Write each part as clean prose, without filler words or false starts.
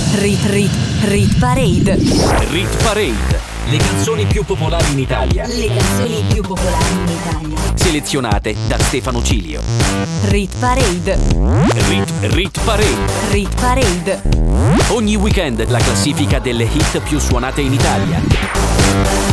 Rit Parade. Rit Parade. Le canzoni più popolari in Italia. Selezionate da Stefano Cilio. Rit Parade. Rit Parade. Rit Parade. Ogni weekend la classifica delle hit più suonate in Italia.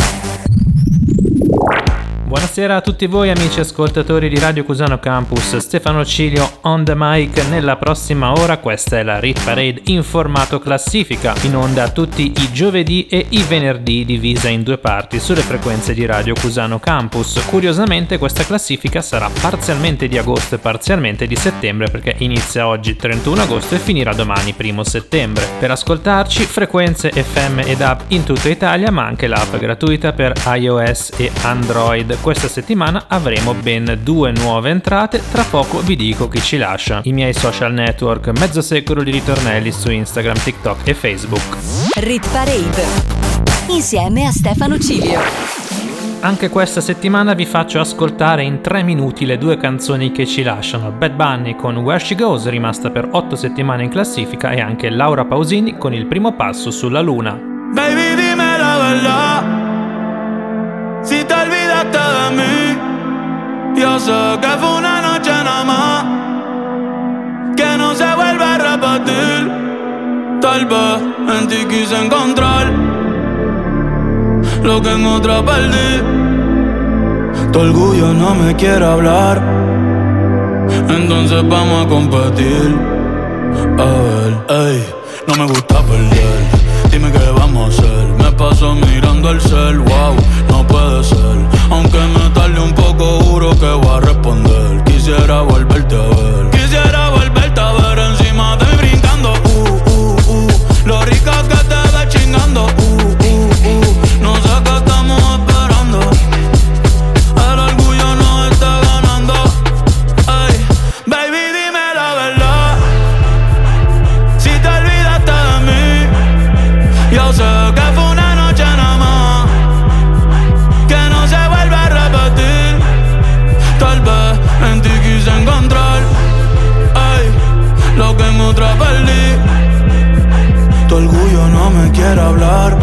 Buonasera a tutti voi amici ascoltatori di Radio Cusano Campus, Stefano Cilio on the mic. Nella prossima ora questa è la Rit Parade in formato classifica, in onda tutti i giovedì e i venerdì, divisa in due parti sulle frequenze di Radio Cusano Campus. Curiosamente questa classifica sarà parzialmente di agosto e parzialmente di settembre, perché inizia oggi 31 agosto e finirà domani 1 settembre. Per ascoltarci frequenze FM ed app in tutta Italia, ma anche l'app gratuita per iOS e Android. Questa settimana avremo ben 2 nuove entrate, tra poco vi dico chi ci lascia. I miei social network, mezzo secolo di ritornelli su Instagram, TikTok e Facebook. Rit Parade insieme a Stefano Cilio. Anche questa settimana vi faccio ascoltare in 3 minuti le 2 canzoni che ci lasciano. Bad Bunny con Where She Goes, rimasta per 8 settimane in classifica, e anche Laura Pausini con Il primo passo sulla luna. Baby, dime la verdad, si te olvidaste de mí. Yo sé que fue una noche nada más, que no se vuelve a repetir. Tal vez en ti quise encontrar lo que en otra perdí. Tu orgullo no me quiere hablar, entonces vamos a competir. A ver, ey, no me gusta perder. Dime qué vamos a hacer. Me paso mirando el cel, wow, no puede ser. Aunque me tarde un poco, juro que voy a responder. Quisiera volverte a ver. Quisiera volverte a ver encima de mí brincando. Lo rica que te ves chingando. No sé qué estamos esperando. El orgullo nos está ganando. Ey, baby, dime la verdad, si te olvidaste de mí. Yo sé que fue una noche nada más, que no se vuelve a repetir. Tal vez en ti quise encontrar, ey, lo que en otra perdí. Tu orgullo no me quiere hablar,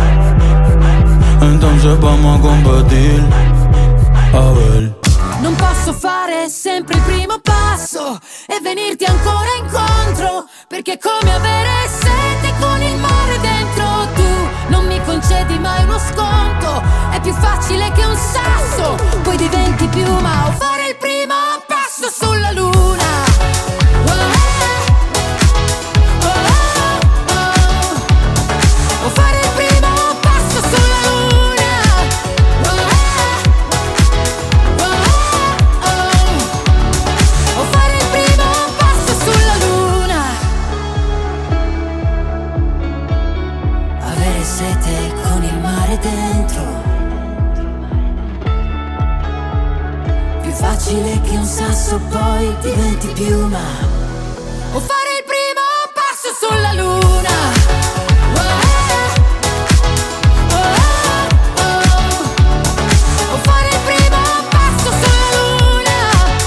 entonces vamos a competir. A ver. Non posso fare sempre il primo passo e venirti ancora incontro, perché è come avere sete con il mare dentro. Tu non mi concedi mai uno sconto, è più facile che un sasso, poi diventi piuma o fare il primo passo sulla luna. O fare il primo passo sulla luna. O fare il primo passo sulla luna. Avere sete con il mare dentro, più facile che un sasso poi diventi piuma. O fare il primo passo sulla luna. O fare il primo passo sulla luna.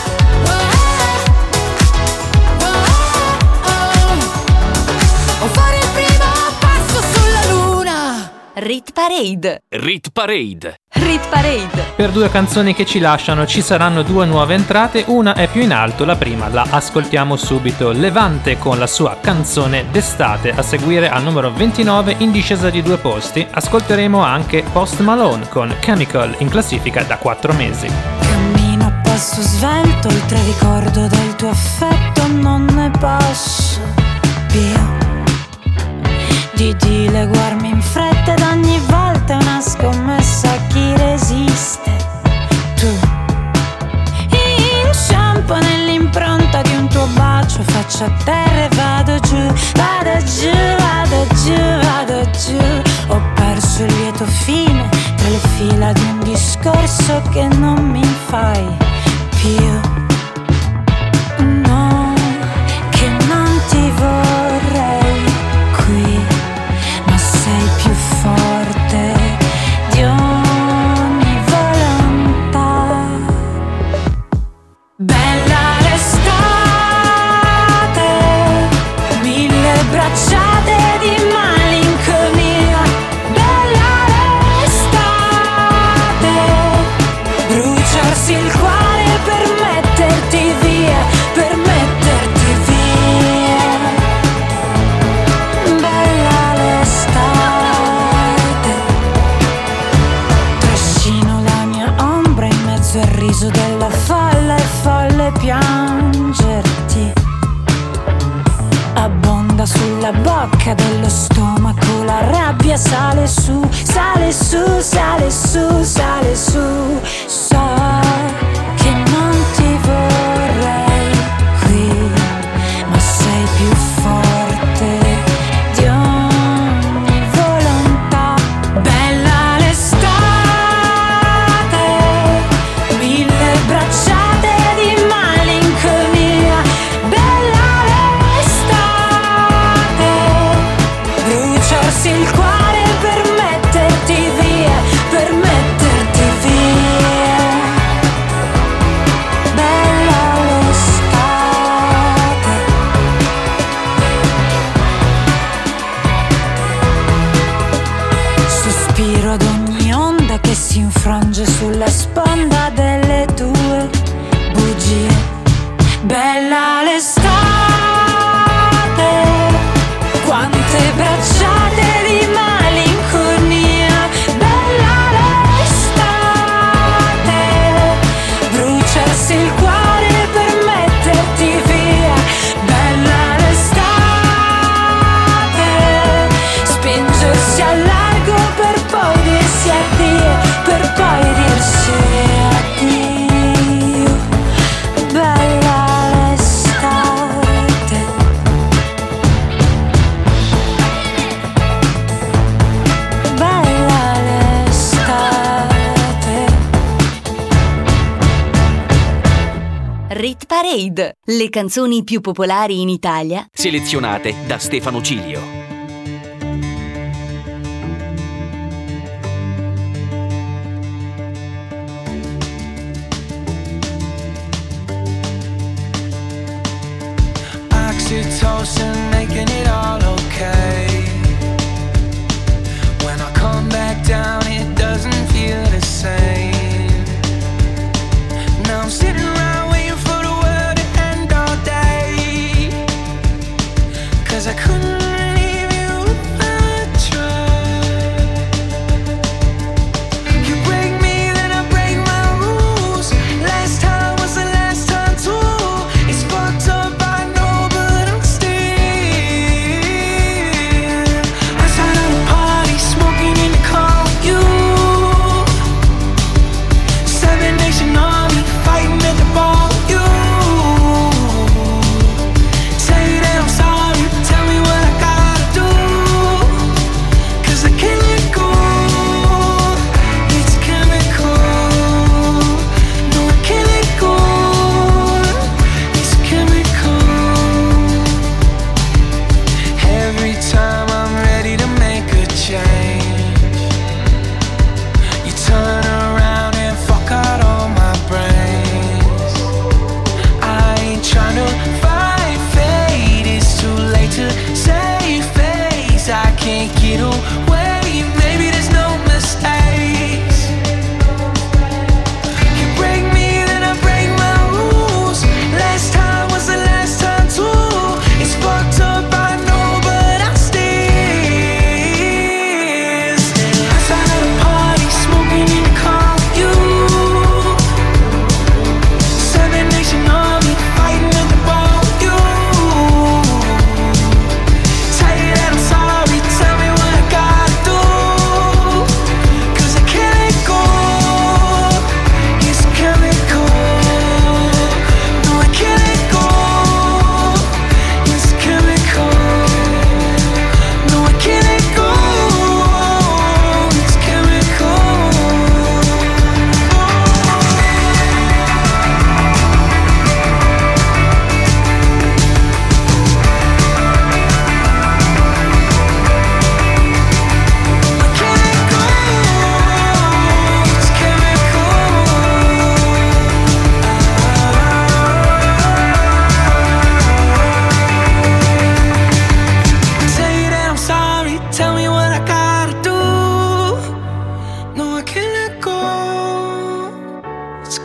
O fare il primo passo sulla luna. Rit Parade. Rit Parade. Rit Parade. Per 2 canzoni che ci lasciano ci saranno 2 nuove entrate, una è più in alto, la prima la ascoltiamo subito. Levante con la sua canzone d'estate, a seguire al numero 29 in discesa di 2 posti. Ascolteremo anche Post Malone con Chemical, in classifica da 4 mesi. Cammino a passo svelto, oltre ricordo del tuo affetto non ne posso più di dileguarmi in fretta, ed ogni volta è una scommessa a chi resiste. Tu inciampo nell'impronta di un tuo bacio, faccio a terra e vado giù, vado giù, vado giù, vado giù. Ho perso il lieto fine tra le fila di un discorso che non mi fai più. No, che non ti vorrei qui, ma sei più forte di ogni volontà. Bella l'estate, 1000 bracciate della bocca, dello stomaco, la rabbia sale su, sale su, sale su, sale su. So che non ti vorrei qui, ma sei più forte di ogni volontà. Bella l'estate, mille bracciate di malinconia. Bella l'estate, bruciarsi il cuore per metterti via, per metterti via. Bella l'estate. Sospiro ad ogni onda che si infrange sulla sponda delle tue bugie. Bella l'estate, quante bracciate di malinconia. Bella l'estate, bruciarsi il cuore per metterti via. Bella l'estate, spingersi al largo per poi dirsi addio, per poi dirsi addio. Bella l'estate. Bella l'estate. Rit Parade, le canzoni più popolari in Italia, selezionate da Stefano Cilio. Oxytocin making it all okay. When I come back down it doesn't feel the same. Now I'm sitting around waiting for the world to end all day. 'Cause I couldn't leave you if I tried. You break me then I break my rules. Last time was the last time too. It's fucked up I know but I'm still outside of the party smoking in the car with you. Seven Nation Army fighting at the bar with you. Say that I'm sorry, tell me what I gotta do. 'Cause I can't let go. It's chemical. No, I can't let go. It's chemical. Every time I'm ready to make a change, you turn around and fuck out all my brains. I ain't tryna fight fate, it's too late to save face. I can't get away, maybe there's no mistakes. You break me then I break my rules. Last time was the last time too. It's fucked up I know but I'm still outside of the party smoking in the car with you. Seven Nation Army fighting at the bar with you. Tell you that I'm sorry, tell me what I gotta do. 'Cause I can't let go. It's chemical. No, I can't let go. It's chemical. No, I can't let go. It's chemical. Tell you that I'm sorry, tell me what I gotta do. No, I can't let go. It's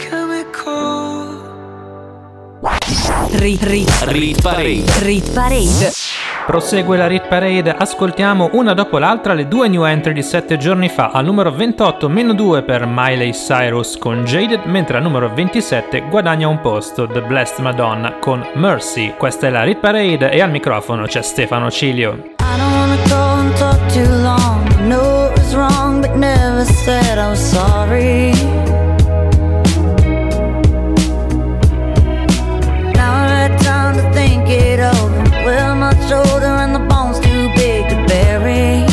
chemical. Rit Parade. Parade. Prosegue la Rit Parade, ascoltiamo una dopo l'altra le due new entry di 7 giorni fa. Al numero 28 -2 per Miley Cyrus con Jaded, mentre al numero 27 guadagna un posto The Blessed Madonna con Mercy. Questa è la Rit Parade e al microfono c'è Stefano Cilio. I don't wanna go and talk too long. I know it was wrong, but never said I was sorry. Now I've had time to think it over. Well, much older and the bone's too big to bury.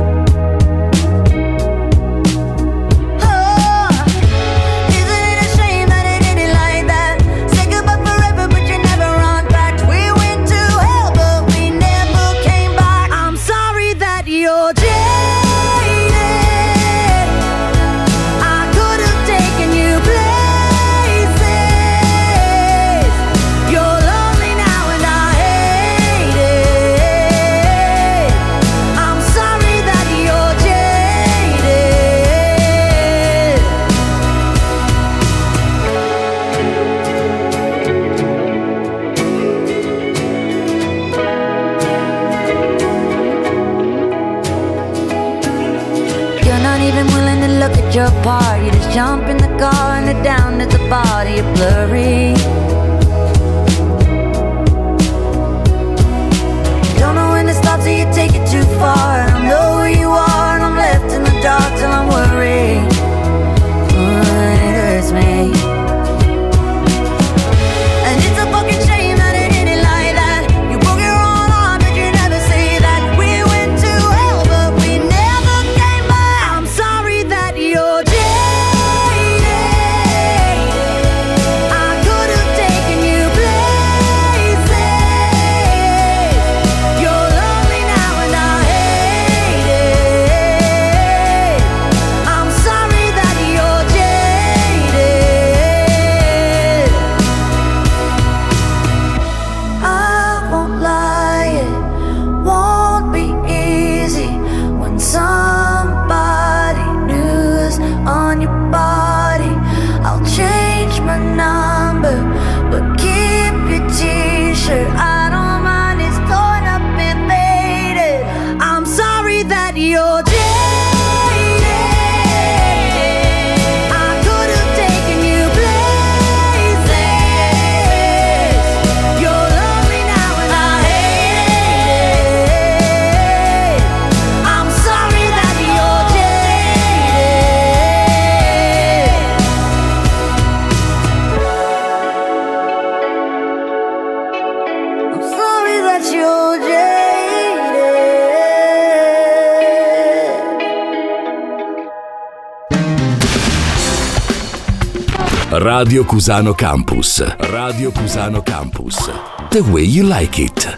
Oh, isn't it a shame that it ended like that? Say goodbye forever, but you never run back. We went to hell, but we never came back. I'm sorry that you're jaded. I could have taken you places. You're lonely now and I hate it. I'm sorry that you're jaded. You're not even willing to look at your part. You just jump in the car and head down to the body. You're blurry. Don't know when to stop, so you take it too far. I don't know who you are, and I'm left in the dark till I'm worried. It hurts me. And it's a fucking shame that it ended like that. You broke your own heart, but you never say that. We went to hell, but we never came back. I'm sorry that you're jaded. I could have taken you places. You're lonely now and I hate it. I'm sorry that you're jaded. I won't lie, it won't be easy when somebody new's on your body. I'll change my number, but keep your t-shirt. I don't mind, it's torn up and faded. I'm sorry that you're jaded. I could have taken you places. You're lonely now and I hate it. I'm sorry that you're jaded. I'm sorry that you're jaded. Radio Cusano Campus. Radio Cusano Campus. The way you like it.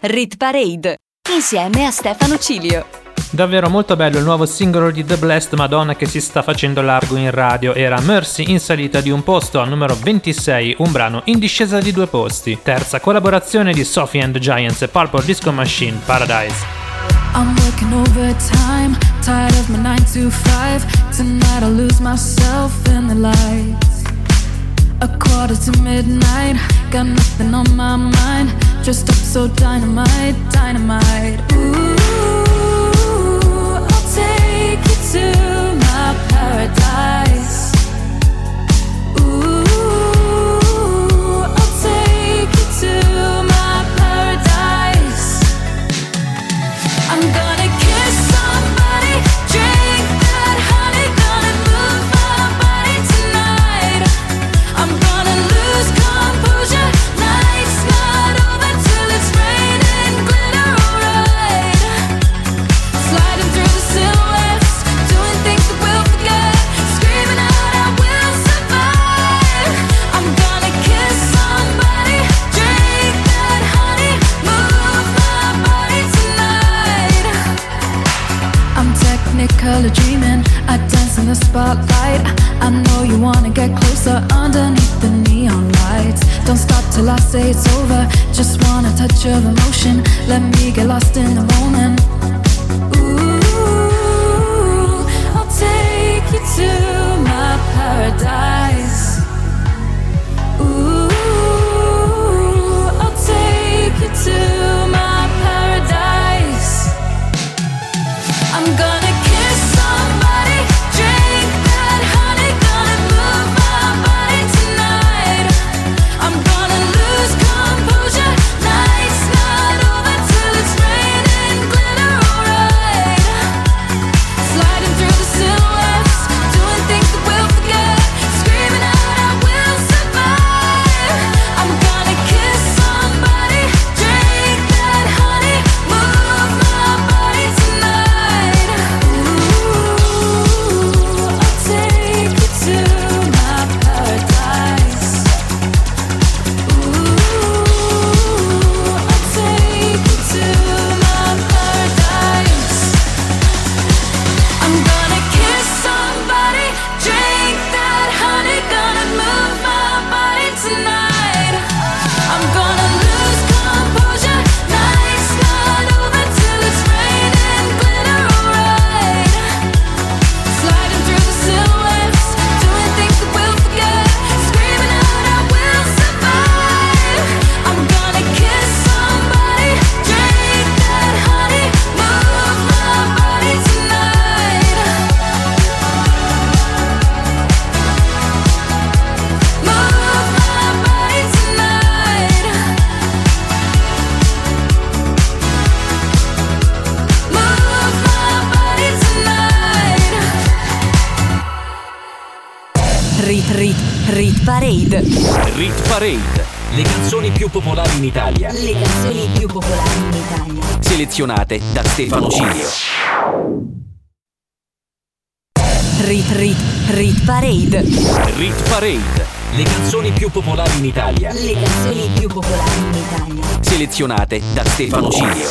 Rit Parade, insieme a Stefano Cilio. Davvero molto bello il nuovo singolo di The Blessed Madonna che si sta facendo largo in radio. Era Mercy in salita di un posto al numero 26, un brano in discesa di 2 posti. Terza collaborazione di Sophie and the Giants e Purple Disco Machine, Paradise. I'm working overtime, tired of my 9 to 5. Tonight I'll lose myself in the lights. 1:45, got nothing on my mind. Dressed up so dynamite, dynamite. Ooh, I'll take you to my paradise. Ooh, I'll take you to my paradise. I'm gonna kiss somebody, drink that honey, gonna move my body tonight. I'm gonna lose composure, night's not over till it's raining glitter, alright. Sliding through the silhouettes, doing things that we'll forget, screaming out I will survive. I'm gonna kiss somebody, drink that honey, move my body tonight. I'm technicolor dreaming, I dance in the spotlight. I know you wanna get closer underneath the neon lights. Don't stop till I say it's over, just want a touch of emotion. Let me get lost in the moment. Ooh, I'll take you to my paradise. Ooh, I'll take you to my paradise. I'm gonna kiss somebody, drink that honey, gonna move my body tonight. I'm gonna lose composure, night's not over till it's raining glitter, alright. Sliding through the silhouettes, doing things that we'll forget, screaming out I will survive. I'm gonna kiss somebody, drink that honey, move my body tonight. Ooh, I'll take you to my paradise. Ooh, I'll take you to my paradise. I'm gonna kiss somebody, drink that honey, gonna move my body tonight. I'm gonna lose composure, night's not over till it's raining glitter, alright. Sliding through the silhouettes, doing things that we'll forget, screaming out I will survive. I'm gonna kiss somebody, drink that honey, move my body tonight. Move my body tonight. Move my body tonight. Rit Parade. Rit Parade, le canzoni più popolari in Italia, Le canzoni più popolari in Italia. selezionate da Stefano Cilio. Rit Parade. Rit Parade, le canzoni più popolari in Italia, Le canzoni più popolari in Italia. selezionate da Stefano Cilio.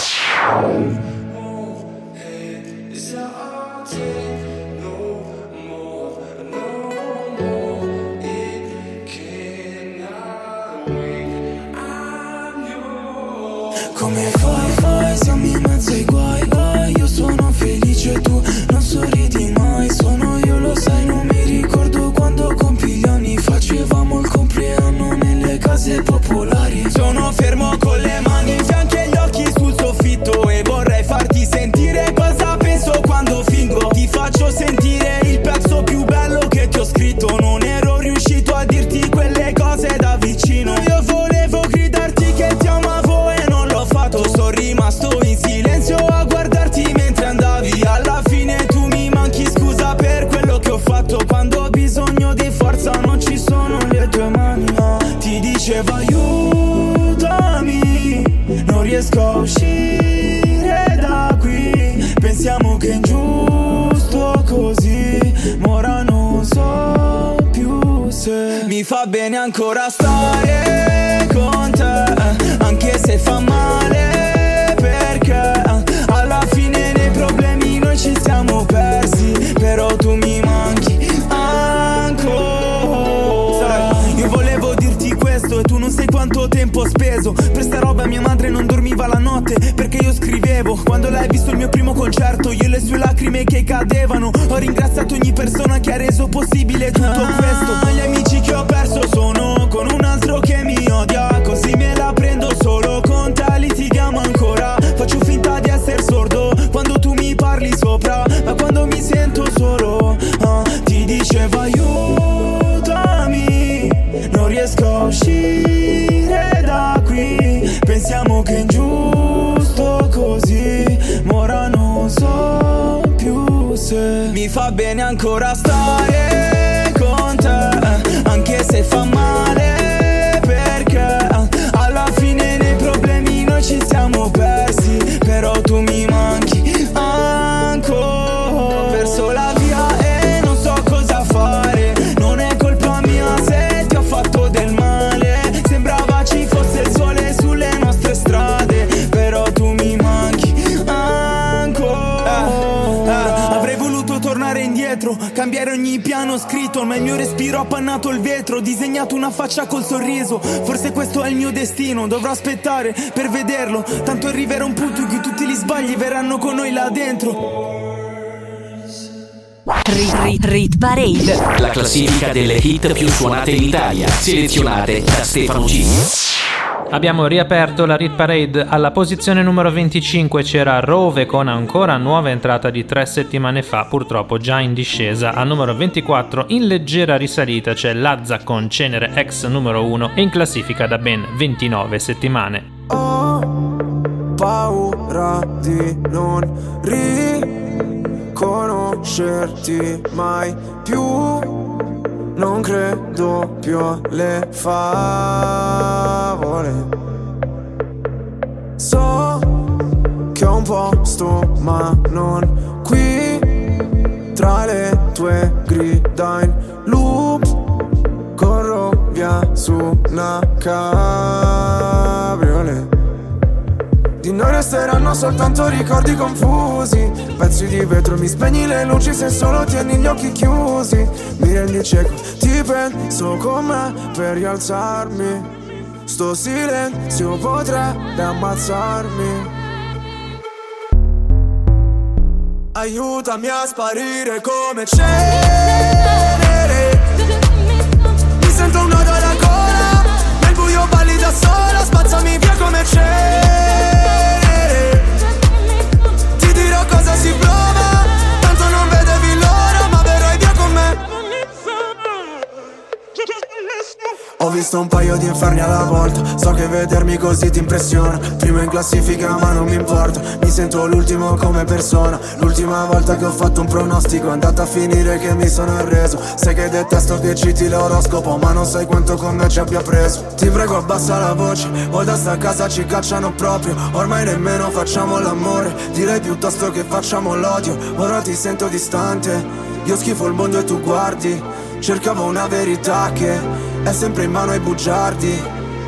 Come fai, siamo in mezzo ai guai, guai. Io sono felice, tu non sorridi mai. Sono io, lo sai, non mi ricordo quando compi gli anni. Facevamo il compleanno nelle case popolari. Sono fermo con le mani in fianco e gli occhi sul soffitto, e vorrei farti sentire cosa penso quando fingo. Ti faccio sentire il pezzo più bello che ti ho scritto. Non ero riuscito a dirti quelle cose da vicino. Io volevo gridarti che ti amavo e non l'ho fatto. Sono rimasto in silenzio a guardarti mentre andavi. Alla fine tu mi manchi, scusa per quello che ho fatto. Quando ho bisogno di forza non ci sono le tue mani. Ti dicevo aiutami, non riesco a uscire da qui. Pensiamo che è ingiusto così, ma ora non so più se mi fa bene ancora stare con te, anche se fa male notte, perché io scrivevo. Quando l'hai visto il mio primo concerto, io e le sue lacrime che cadevano. Ho ringraziato ogni persona che ha reso possibile tutto questo. Gli amici che ho perso sono con un altro che mi odia, così me la prendo solo. Con te litighiamo ancora, faccio finta di essere sordo quando tu mi parli sopra, ma quando mi sento solo ti dicevo aiutami, non riesco a uscire da qui. Pensiamo che è ingiusto così, ma ora non so più se mi fa bene ancora stare con te, anche se fa male, perché alla fine nei problemi noi ci siamo persi. Però tu mi manchi ancora, ho perso la via e non so cosa fare. Non è colpa mia se ti ho fatto del male, sembrava ci fosse il sole sulle nostre strade, però tu mi manchi ancora. Avrei voluto tornare indietro, cambiare ogni piano scritto, ma il mio respiro ha appannato il vetro, ho disegnato una faccia col sorriso. Forse questo è il mio destino, dovrò aspettare per vederlo, tanto arriverà un punto in cui tutti gli sbagli verranno con noi là dentro. Rit Parade, la classifica delle hit più suonate in Italia, selezionate da Stefano Cilio. Abbiamo riaperto la Rit Parade. Alla posizione numero 25 c'era Rove con ancora nuova entrata di 3 settimane fa, purtroppo già in discesa. Al numero 24 in leggera risalita c'è Lazza con Cenere, ex numero 1, e in classifica da ben 29 settimane. Ho paura di non riconoscerti mai più, non credo più alle favole. So che ho un posto ma non qui, tra le tue grida in loop, corro via su una cabriolet. Di noi resteranno soltanto ricordi confusi, pezzi di vetro, mi spegni le luci se solo tieni gli occhi chiusi. Mi rendi cieco, ti penso con me per rialzarmi, sto silenzio potrebbe ammazzarmi. Aiutami a sparire come cenere, mi sento un nodo alla gola, nel buio balli da sola, spazzami via come cenere. Ti dirò cosa si prova, tanto non vedevi l'ora, ma verrai via con me. Ho visto un paio di inferni alla volta, so che vedermi così ti impressiona. Primo in classifica ma non mi importa, mi sento l'ultimo come persona. L'ultima volta che ho fatto un pronostico è andata a finire che mi sono arreso. Sai che detesto che citi l'oroscopo, ma non sai quanto con me ci abbia preso. Ti prego abbassa la voce, o da sta casa ci cacciano proprio. Ormai nemmeno facciamo l'amore, direi piuttosto che facciamo l'odio. Ora ti sento distante, io schifo il mondo e tu guardi. Cercavo una verità che è sempre in mano ai bugiardi.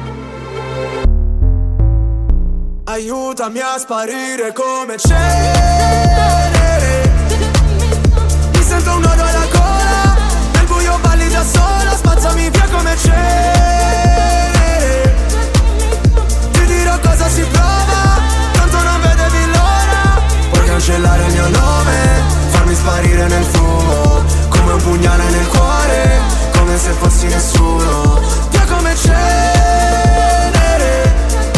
Aiutami a sparire come cenere, mi sento un nodo alla gola, nel buio balli da sola, spazzami via come cenere. Ti dirò cosa si prova, tanto non vedevi l'ora. Puoi cancellare il mio nome, farmi sparire nel fumo, come un pugnale nel cuore, come se fossi nessuno. Via come cenere,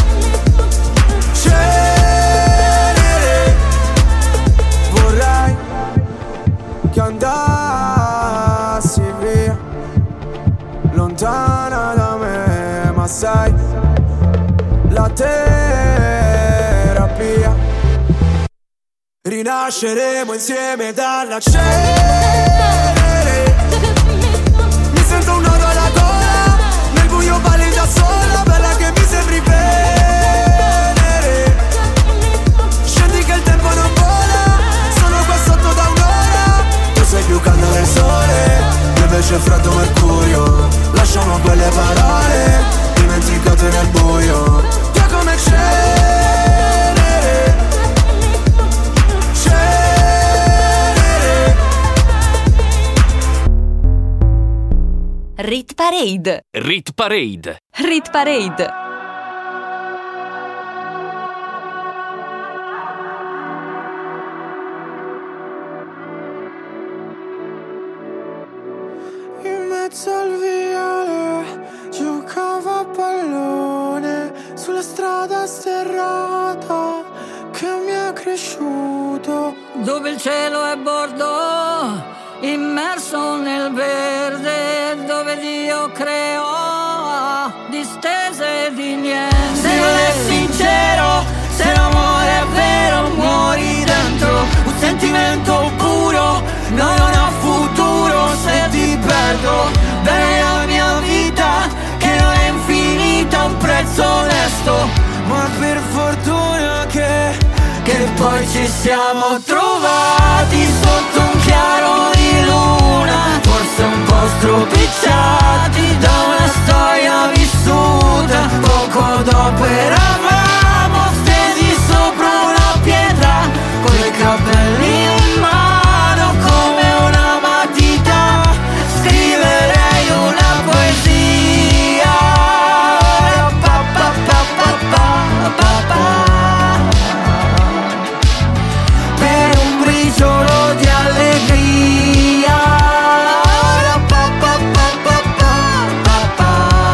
cenere. Vorrei che andassi via, lontana da me, ma sai, la terapia. Rinasceremo insieme dalla cenere, mi sento un nodo alla gola, nel buio balli da sola, bella che mi sembri Venere. Scendi che il tempo non vola, sono qua sotto da un'ora. Tu sei più caldo del sole, io invece freddo mercurio. Lasciamo quelle parole dimenticate nel buio. Via come cenere, cenere. Rit Parade. Rit Parade. Rit Parade. dove il cielo è bordo, immerso nel verde, dove Dio creò distese di niente. Se non è sincero, se l'amore è vero, muori dentro un sentimento puro. No, non ha futuro se ti perdo. Bene la mia vita, che non è infinita, un prezzo onesto. Ma per fortuna che poi ci siamo trovati sotto un chiaro di luna, forse un po' stropicciati da una storia vissuta. Poco dopo eravamo stesi sopra una pietra, con i capelli in mano come una matita. Scriverei una poesia, pa pa pa pa pa pa pa. Solo di allegria, pa, pa, pa, pa, pa, pa.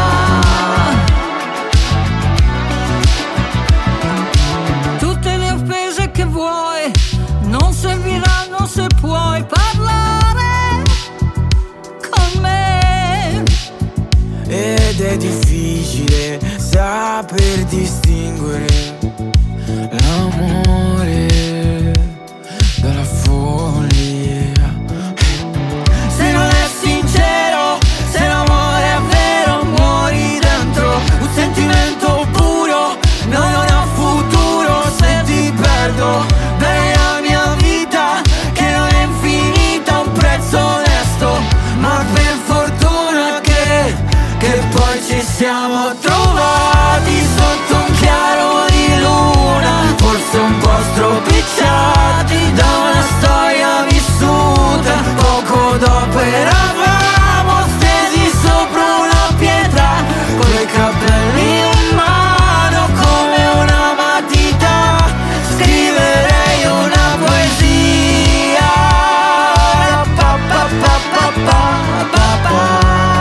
Tutte le offese che vuoi non serviranno se puoi parlare con me. Ed è difficile saper distinguere l'amore dalla follia. Se non è sincero, se l'amore è vero, muori dentro un sentimento puro. No, non ha futuro se ti perdo. Bene la mia vita, che non è infinita, un prezzo onesto. Ma per fortuna che poi ci siamo trovati sotto un chiaro di luna, forse un po' stropicciati da una storia vissuta. Poco dopo eravamo stesi sopra una pietra, con i capelli in mano come una matita. Scriverei una poesia, pa pa pa pa pa pa pa.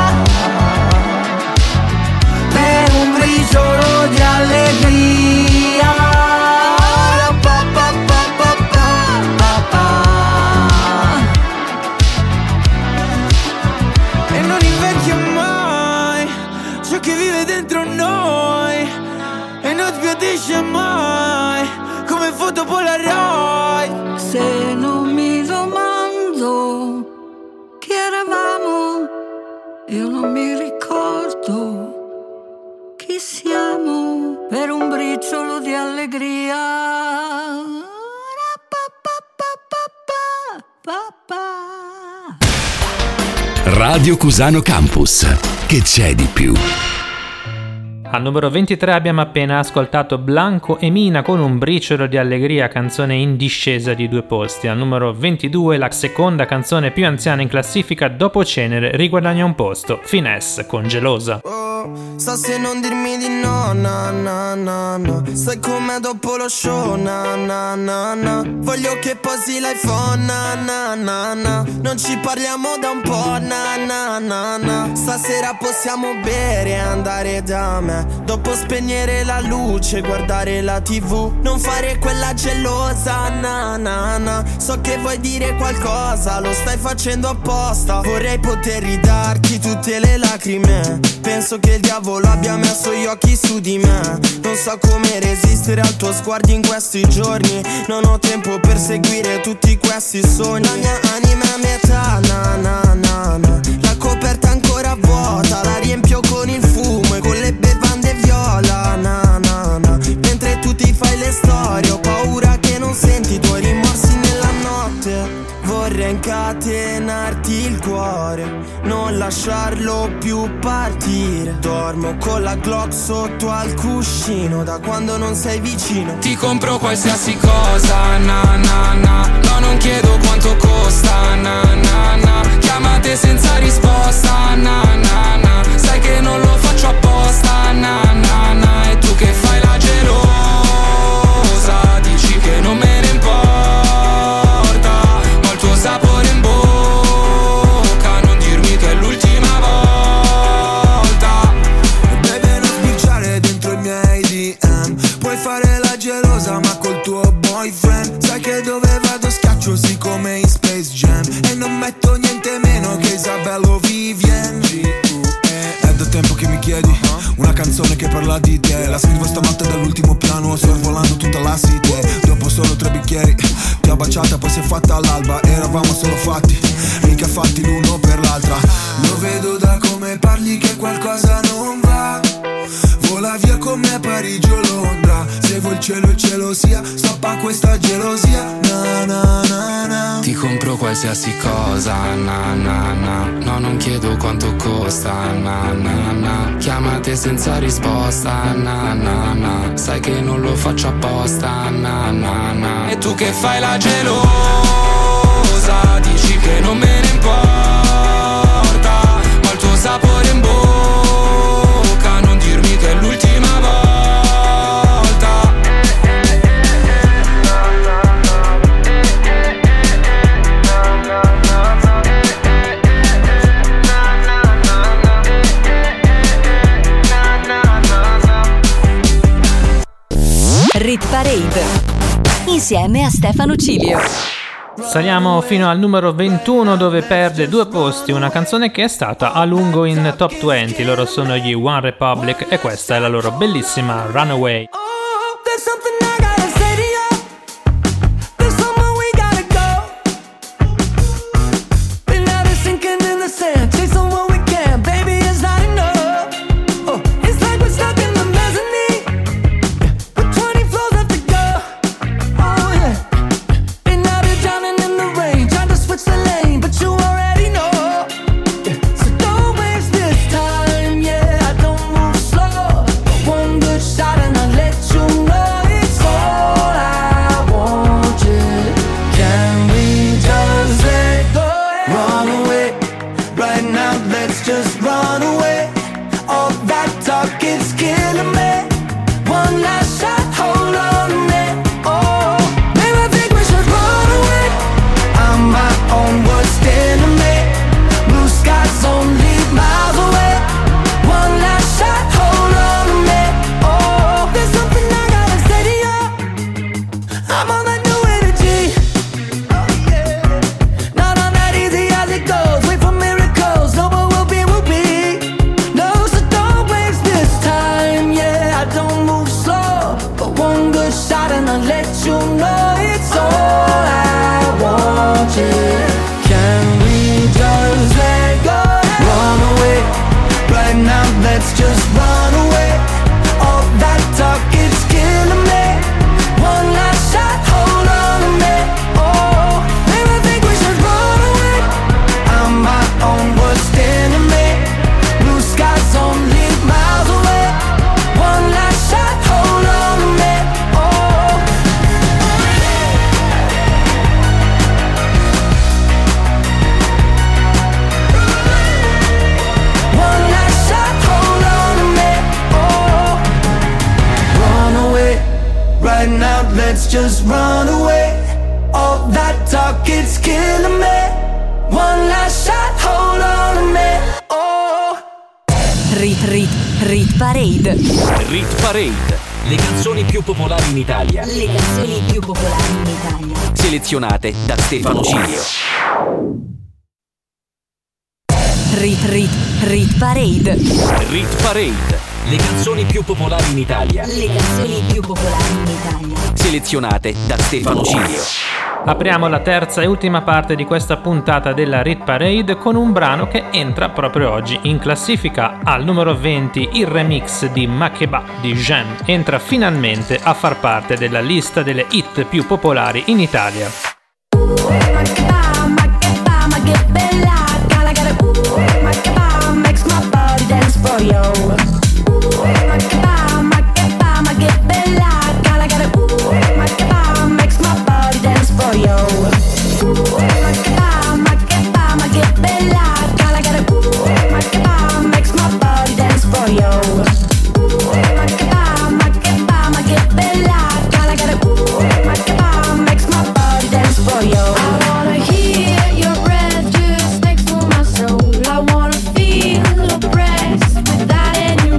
Per un briciolo di allegria, pa pa pa pa pa pa. E non invecchia mai ciò che vive dentro noi, e non sbiadisce mai come foto Polaroid. Se non mi domando chi eravamo, io non mi ricordo chi siamo. Per un briciolo di allegria, pa pa pa pa pa pa. Radio Cusano Campus. Che c'è di più? Al numero 23 abbiamo appena ascoltato Blanco e Mina con Un briciolo di allegria, canzone in discesa di 2 posti. Al numero 22 la seconda canzone più anziana in classifica dopo Cenere riguadagna un posto, Finesse con Gelosa. So se non dirmi di no, na na na na. Sai com'è dopo lo show, na na na na. Voglio che posi l'iPhone, na na na na. Non ci parliamo da un po', na na na na. Stasera possiamo bere e andare da me. Dopo spegnere la luce, guardare la TV. Non fare quella gelosa, na na na. So che vuoi dire qualcosa, lo stai facendo apposta. Vorrei poter ridarti tutte le lacrime. Penso che il diavolo abbia messo gli occhi su di me. Non so come resistere al tuo sguardo in questi giorni. Non ho tempo per seguire tutti questi sogni. La mia anima è a metà, na na na na. La coperta ancora vuota, la riempio con il fumo e con le bevande viola, na na na. Mentre tu ti fai le storie, ho paura che non senti i tuoi rimorsi nella notte. Vorrei incatenarti il cuore, non lasciarlo più partire. Dormo con la Glock sotto al cuscino da quando non sei vicino. Ti compro qualsiasi cosa, na na na. No, non chiedo quanto costa, na na na. Chiamate senza risposta, na na na. Sai che non lo faccio apposta, na na na. E tu che fai la gelosa, dici che non me ne importa, ma il tuo sapore in bocca, non dirmi che è l'ultima volta. Baby, non spicciare dentro i miei DM. Puoi fare la gelosa ma col tuo boyfriend. Sai che dove vado schiaccio coraggiosi come in Space Jam. E non metto niente meno che Isabella Vivien. È da tempo che mi chiedi una canzone che parla di te. La scrivo stanotte dall'ultimo piano, sorvolando tutta la city. Dopo solo 3 bicchieri ti ho baciata, poi si è fatta all'alba. Eravamo solo fatti, mica fatti l'uno per l'altra. Lo vedo da come parli che qualcosa non va. Vola via con me a Parigi o Londra. Se vuoi il cielo sia, stoppa questa gelosia. Na na na na. Ti compro qualsiasi cosa, na na na. No, non chiedo quanto costa, na na na. Chiamate senza risposta, na na na. Sai che non lo faccio apposta, na na na. E tu che fai la gelosa, dici che non me ne importa, ma il tuo sapore in bocca, non dirmi che è l'ultima volta. Rit Parade insieme a Stefano Cilio. Saliamo fino al numero 21 dove perde 2 posti una canzone che è stata a lungo in top 20. Loro sono gli One Republic e questa è la loro bellissima Runaway. Just run away. All that talk, it's killing me. One last shot, hold on to me. Oh. Rit Parade. Rit Parade. Le canzoni più popolari in Italia. Le canzoni più popolari in Italia. Selezionate da Stefano Cilio. Rit Parade. Rit Parade. Le canzoni più popolari in Italia. Le canzoni più popolari in Italia. Selezionate da Stefano Cilio. Apriamo la terza e ultima parte di questa puntata della Rit Parade con un brano che entra proprio oggi in classifica. Al numero 20 il remix di Makeba di Jean entra finalmente a far parte della lista delle hit più popolari in Italia. Your breath just next to my soul. I wanna feel your breath without any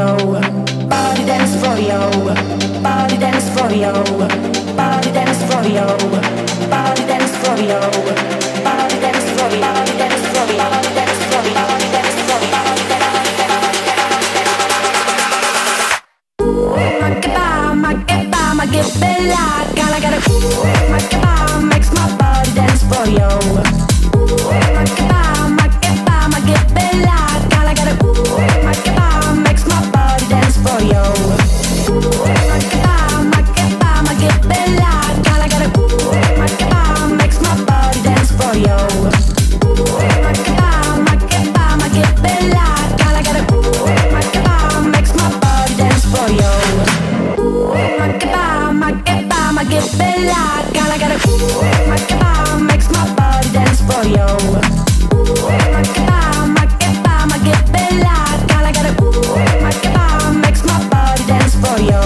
yo. Body dance for yo. Body dance for yo. Body dance for yo. Body dance for yo. Body dance for yo. Body dance for yo. Body dance for yo. Body dance for yo. Ma che bella, gotta get a ma che ba makes my body dance for you. Ma che bella, gotta get a ma che ba makes my body dance for you. Ma che bella, gotta get a ma che ba makes my body dance for you. Ma che bella, gotta get a ma che ba makes my body dance for you. Ma che bella, gotta get a ma che ba makes my body dance for you. Ma che bella, gotta get a ma che ba makes my body dance for you.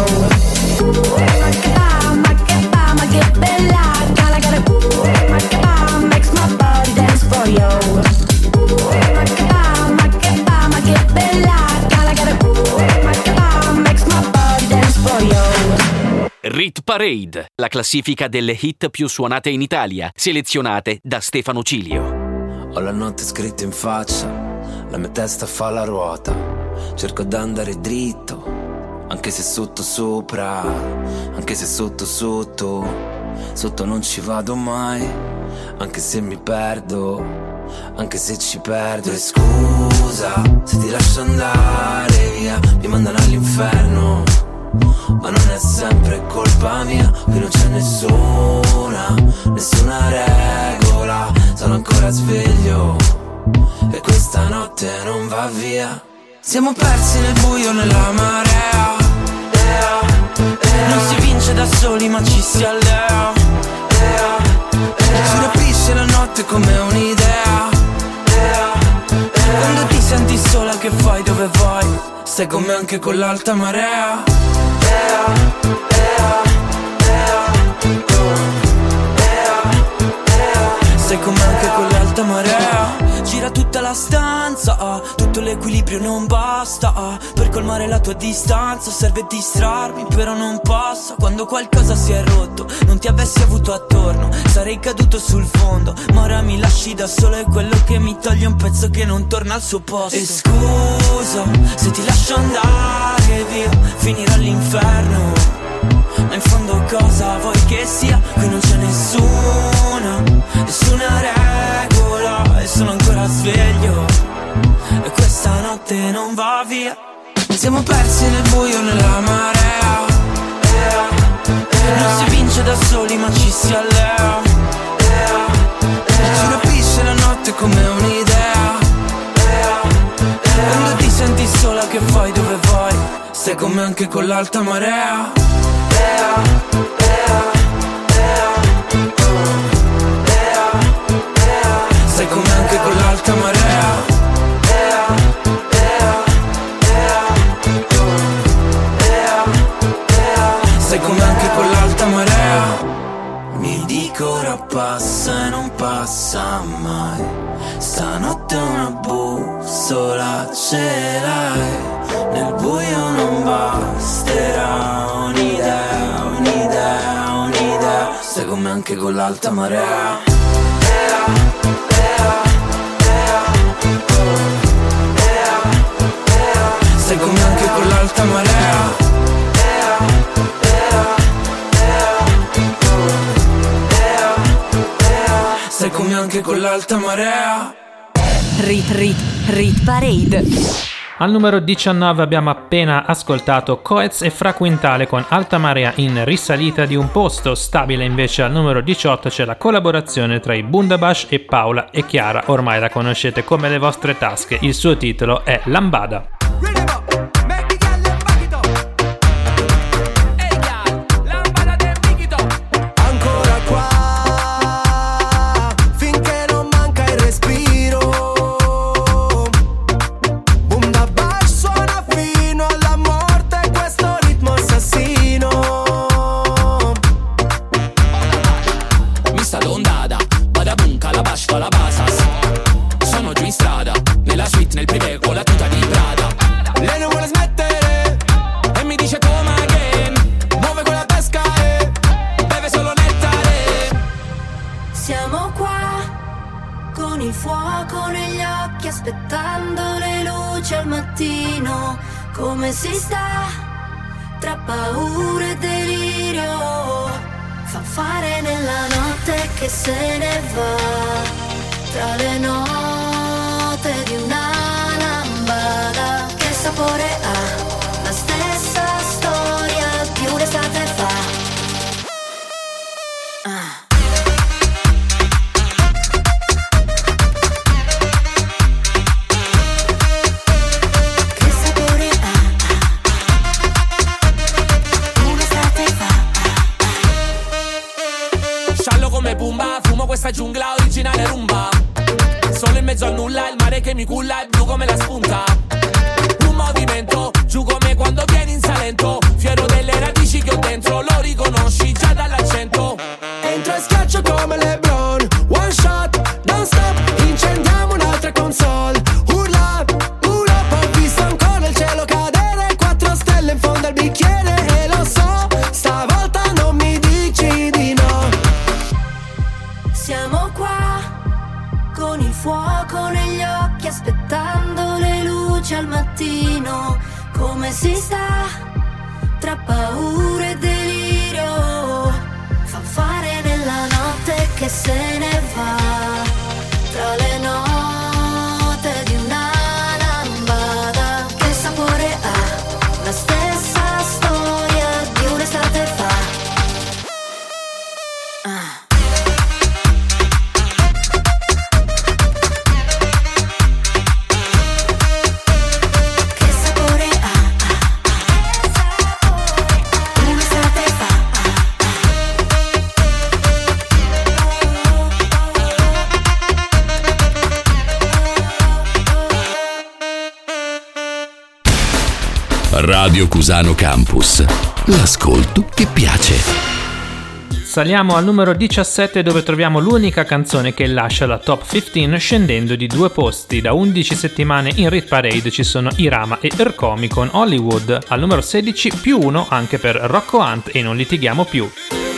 Ma che bella, gotta get a ma che ba makes my body dance for you. Ma che bella, gotta get a ma che ba makes my body dance for you. Rit Parade, la classifica delle hit più suonate in Italia, selezionate da Stefano Cilio. Ho la notte scritta in faccia, la mia testa fa la ruota. Cerco d'andare dritto, anche se sotto sopra, anche se sotto sotto. Sotto non ci vado mai, anche se mi perdo, anche se ci perdo. E scusa se ti lascio andare via, mi mandano all'inferno, ma non è sempre colpa mia. Qui non c'è nessuna regola. Sono ancora sveglio e questa notte non va via. Siamo persi nel buio, nella marea. Non si vince da soli ma ci si allea. Ci rapisce la notte come un'idea. Quando ti senti sola che fai, dove vai? Stai con me anche con l'alta marea. Sei come anche con l'alta marea. Gira tutta la stanza, tutto l'equilibrio non basta. Per colmare la tua distanza serve distrarmi, però non passa. Quando qualcosa si è rotto, non ti avessi avuto attorno, sarei caduto sul fondo. Ma ora mi lasci da solo, è quello che mi toglie un pezzo che non torna al suo posto. E scusa se ti lascio andare via, finirò all'inferno, ma in fondo cosa vuoi che sia? Qui non c'è nessuna regola, e sono ancora sveglio e questa notte non va via. Siamo persi nel buio, nella marea. Non si vince da soli ma ci si allea. Ci rapisce la notte come un'idea. Quando ti senti sola che fai, dove vai? Stai con me anche con l'alta marea. Stai con me anche con l'alta marea. Stai con me anche con l'alta marea. Mi dico ora passa e non passa mai. Stanotte una bussola ce l'hai. Nel buio non basterà un'idea, un'idea, un'idea. Stai con me anche con l'alta marea. Stai con me anche con l'alta marea. Stai con me anche con l'alta marea. Rit Parade. Al numero 19 abbiamo appena ascoltato Coez e Fra Quintale con Alta Marea in risalita di un posto. Stabile invece al numero 18 c'è la collaborazione tra i Bundabash e Paola e Chiara, ormai la conoscete come le vostre tasche, il suo titolo è Lambada. Sono giù in strada, nella suite, nel privé con la tuta di Prada. Lei non vuole smettere aspettando le luci al mattino. Come si sta tra paura e delirio? Fanfare nella notte che se ne va, tra le note di una lambada. Che sapore ha? La stessa storia di un'estate fa. Questa giungla originale rumba, solo in mezzo al nulla, il mare che mi culla è blu come la spunta. Un movimento, giù come quando vieni in Salento, fiero delle radici che ho dentro, lo riconosci già dall'accento. Entro e schiaccio come LeBron, one shot, non stop, incendiamo un'altra console. Urla, urla, ho visto ancora il cielo cadere, 4 stelle in fondo al bicchiere. E lo so, stavolta non mi dici di no. Siamo qua, con il fuoco negli occhi, aspettando le luci al mattino. Come si sta tra paura e delirio? Fanfare nella notte che se ne va, tra le note di una lambada. Che sapore ha? La stessa storia di un'estate fa. Radio Cusano Campus, l'ascolto che piace. Saliamo al numero 17 dove troviamo l'unica canzone che lascia la top 15 scendendo di 2 posti. Da 11 settimane in Rit Parade ci sono Irama e Ercomi con Hollywood. Al numero 16 più 1 anche per Rocco Hunt e Non litighiamo più.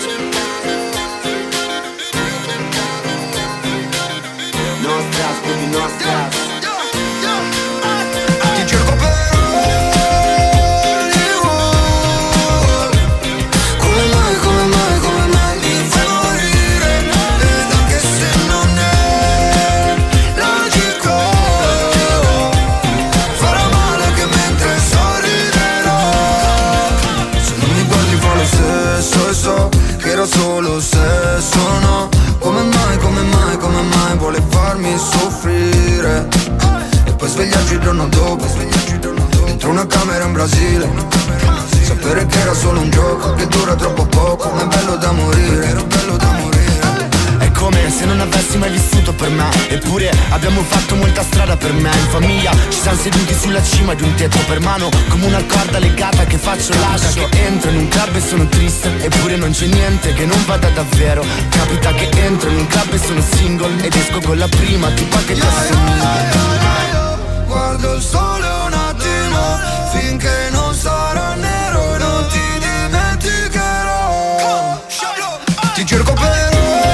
Solo se sono come mai vuole farmi soffrire e poi svegliarci il giorno dopo dentro una camera in Brasile, sapere che era solo un gioco che dura troppo poco, ma è bello da morire. È come se non avessi mai vissuto per me, eppure abbiamo fatto molta strada per me. In famiglia ci siamo seduti sulla cima di un tetto per mano, come una corda legata che faccio lascio. Che entro in un club e sono triste, eppure non c'è niente che non vada davvero. Capita che entro in un club e sono single ed esco con la prima tipa che ti assomiglia. Guardo il sole un attimo finché non sarà nero e non ti dimenticherò. Ti cerco per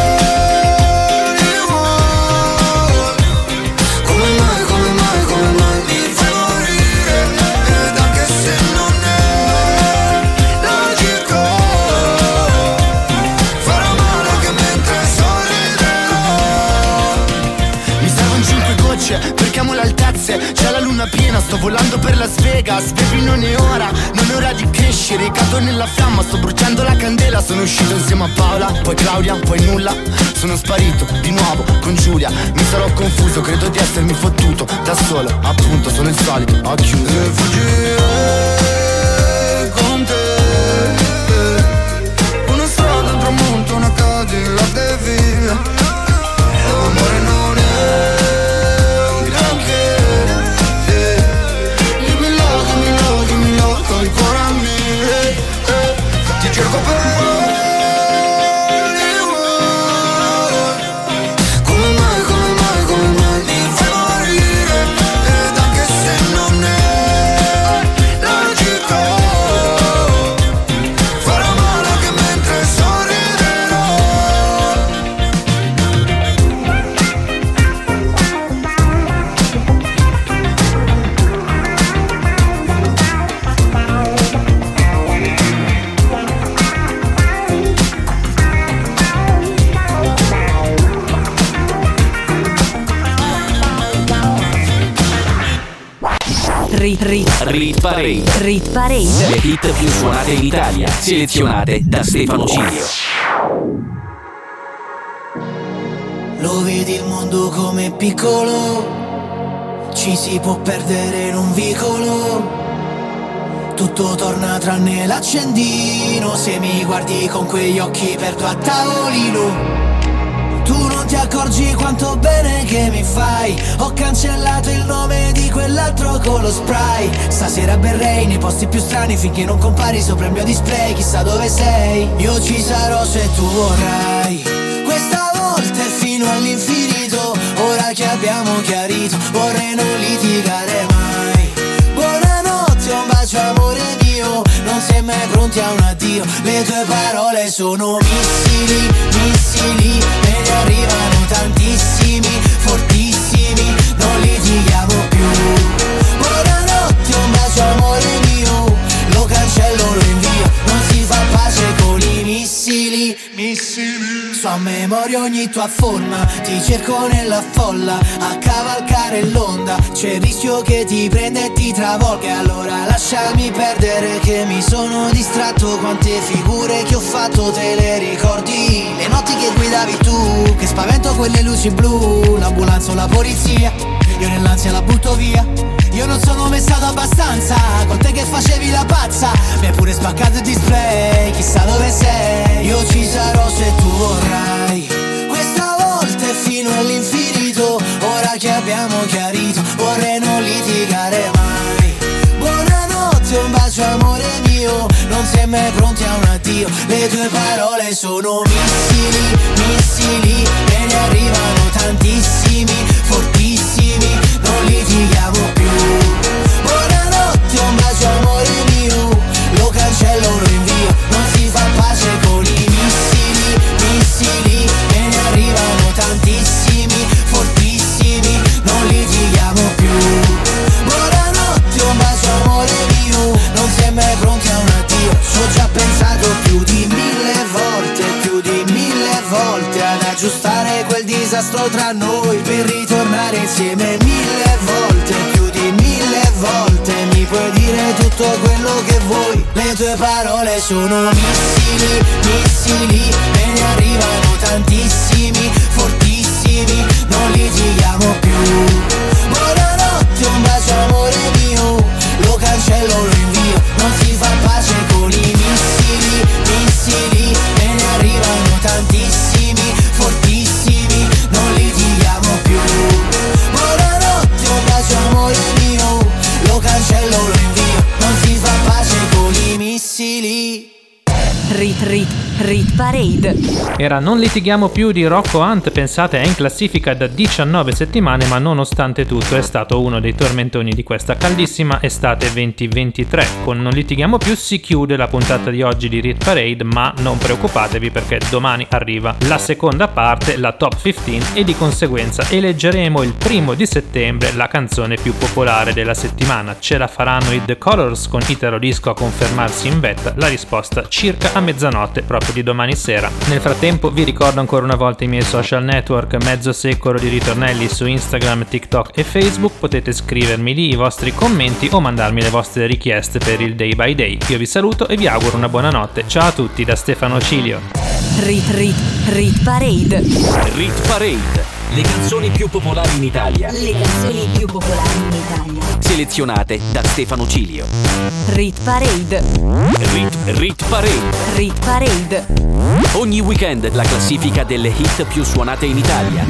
perché amo le altezze, c'è la luna piena, sto volando per Las Vegas. Baby non è ora di crescere, cado nella fiamma, sto bruciando la candela. Sono uscito insieme a Paola, poi Claudia, poi nulla. Sono sparito di nuovo con Giulia, mi sarò confuso, credo di essermi fottuto da solo, appunto sono il solito, ho chiuso. Se fuggire con te, una strada, un tramonto, una Cadillac e via. L'amore non è ancora a me, ti cerco per Hollywood. Come mai mi fai morire, ed anche se non è logico, farò male anche mentre sorriderò. Rit Parade. Rit Parade. Le hit più suonate in Italia, selezionate da Stefano Cilio. Lo vedi il mondo come piccolo, ci si può perdere in un vicolo. Tutto torna tranne l'accendino, se mi guardi con quegli occhi perdo a tavolino. Tu non ti accorgi quanto bene che mi fai. Ho cancellato il nome di quell'altro con lo spray. Stasera berrei nei posti più strani finché non compari sopra il mio display. Chissà dove sei, io ci sarò se tu vorrai. Questa volta è fino all'infinito, ora che abbiamo chiarito, vorrei non litigare mai. Buonanotte, un bacio amore mio, non sei mai pronti a un addio. Le tue parole sono missili, missili, me ne arrivano tantissimi, fortissimi, non litighiamo più. Buonanotte, un bacio amore mio, lo cancello, lo invio, non si fa pace con i missili, missili. So a memoria ogni tua forma, ti cerco nella folla, a cavalcare l'onda, c'è il rischio che ti prenda e ti travolga. Allora lasciami perdere che mi sono distratto, quante figure che ho fatto te le ricordi? Le notti che guidavi tu, che spavento quelle luci blu, l'ambulanza o la polizia, io nell'ansia la butto via. Io non sono mai stato abbastanza, con te che facevi la pazza, mi hai pure spaccato il display, chissà dove sei. Io ci sarò se tu vorrai. Questa volta è fino all'infinito, ora che abbiamo chiarito, vorrei non litigare mai. Buonanotte, un bacio amore mio, non sei mai pronti a un addio. Le tue parole sono missili, missili, me ne arrivano tantissimi, fortissimi, non litighiamo più. Buonanotte, un bacio amore mio, lo cancello, lo invio, non si fa pace con i missili, missili, me ne arrivano tantissimi, fortissimi, non litighiamo più. Buonanotte, un bacio amore mio, non sei mai pronti a un addio. Ci ho già pensato più di 1000 volte, più di 1000 volte, ad aggiustare quel disastro tra noi, per ritornare insieme 1000 volte, più di 1000 volte. Mi puoi dire tutto quello che vuoi, le tue parole sono missili, missili, me ne arrivano tantissimi, fortissimi, non litighiamo più. Buonanotte, un bacio amore mio, lo cancello, lo invio, non si fa pace con i missili, missili, me ne arrivano tantissimi, fortissimi, non litighiamo più. Buonanotte, un bacio amore mio, lo cancello, lo invio, non si fa pace con i missili. Rit Parade. Era Non litighiamo più di Rocco Hunt, pensate è in classifica da 19 settimane, ma nonostante tutto è stato uno dei tormentoni di questa caldissima estate 2023. Con Non litighiamo più si chiude la puntata di oggi di Rit Parade, ma non preoccupatevi perché domani arriva la seconda parte, la Top 15, e di conseguenza eleggeremo il 1 di settembre la canzone più popolare della settimana. Ce la faranno i The Colors con Italo Disco a confermarsi in vetta? La risposta circa a mezzanotte proprio di domani sera. Nel frattempo vi ricordo ancora una volta i miei social network, mezzo secolo di ritornelli su Instagram, TikTok e Facebook. Potete scrivermi lì i vostri commenti o mandarmi le vostre richieste per il Day by Day. Io vi saluto e vi auguro una buona notte. Ciao a tutti da Stefano Cilio. Rit Parade. Rit Parade. Le canzoni più popolari in Italia. Le canzoni più popolari in Italia. Selezionate da Stefano Cilio. Rit Parade. Rit Parade. Rit Parade. Ogni weekend la classifica delle hit più suonate in Italia.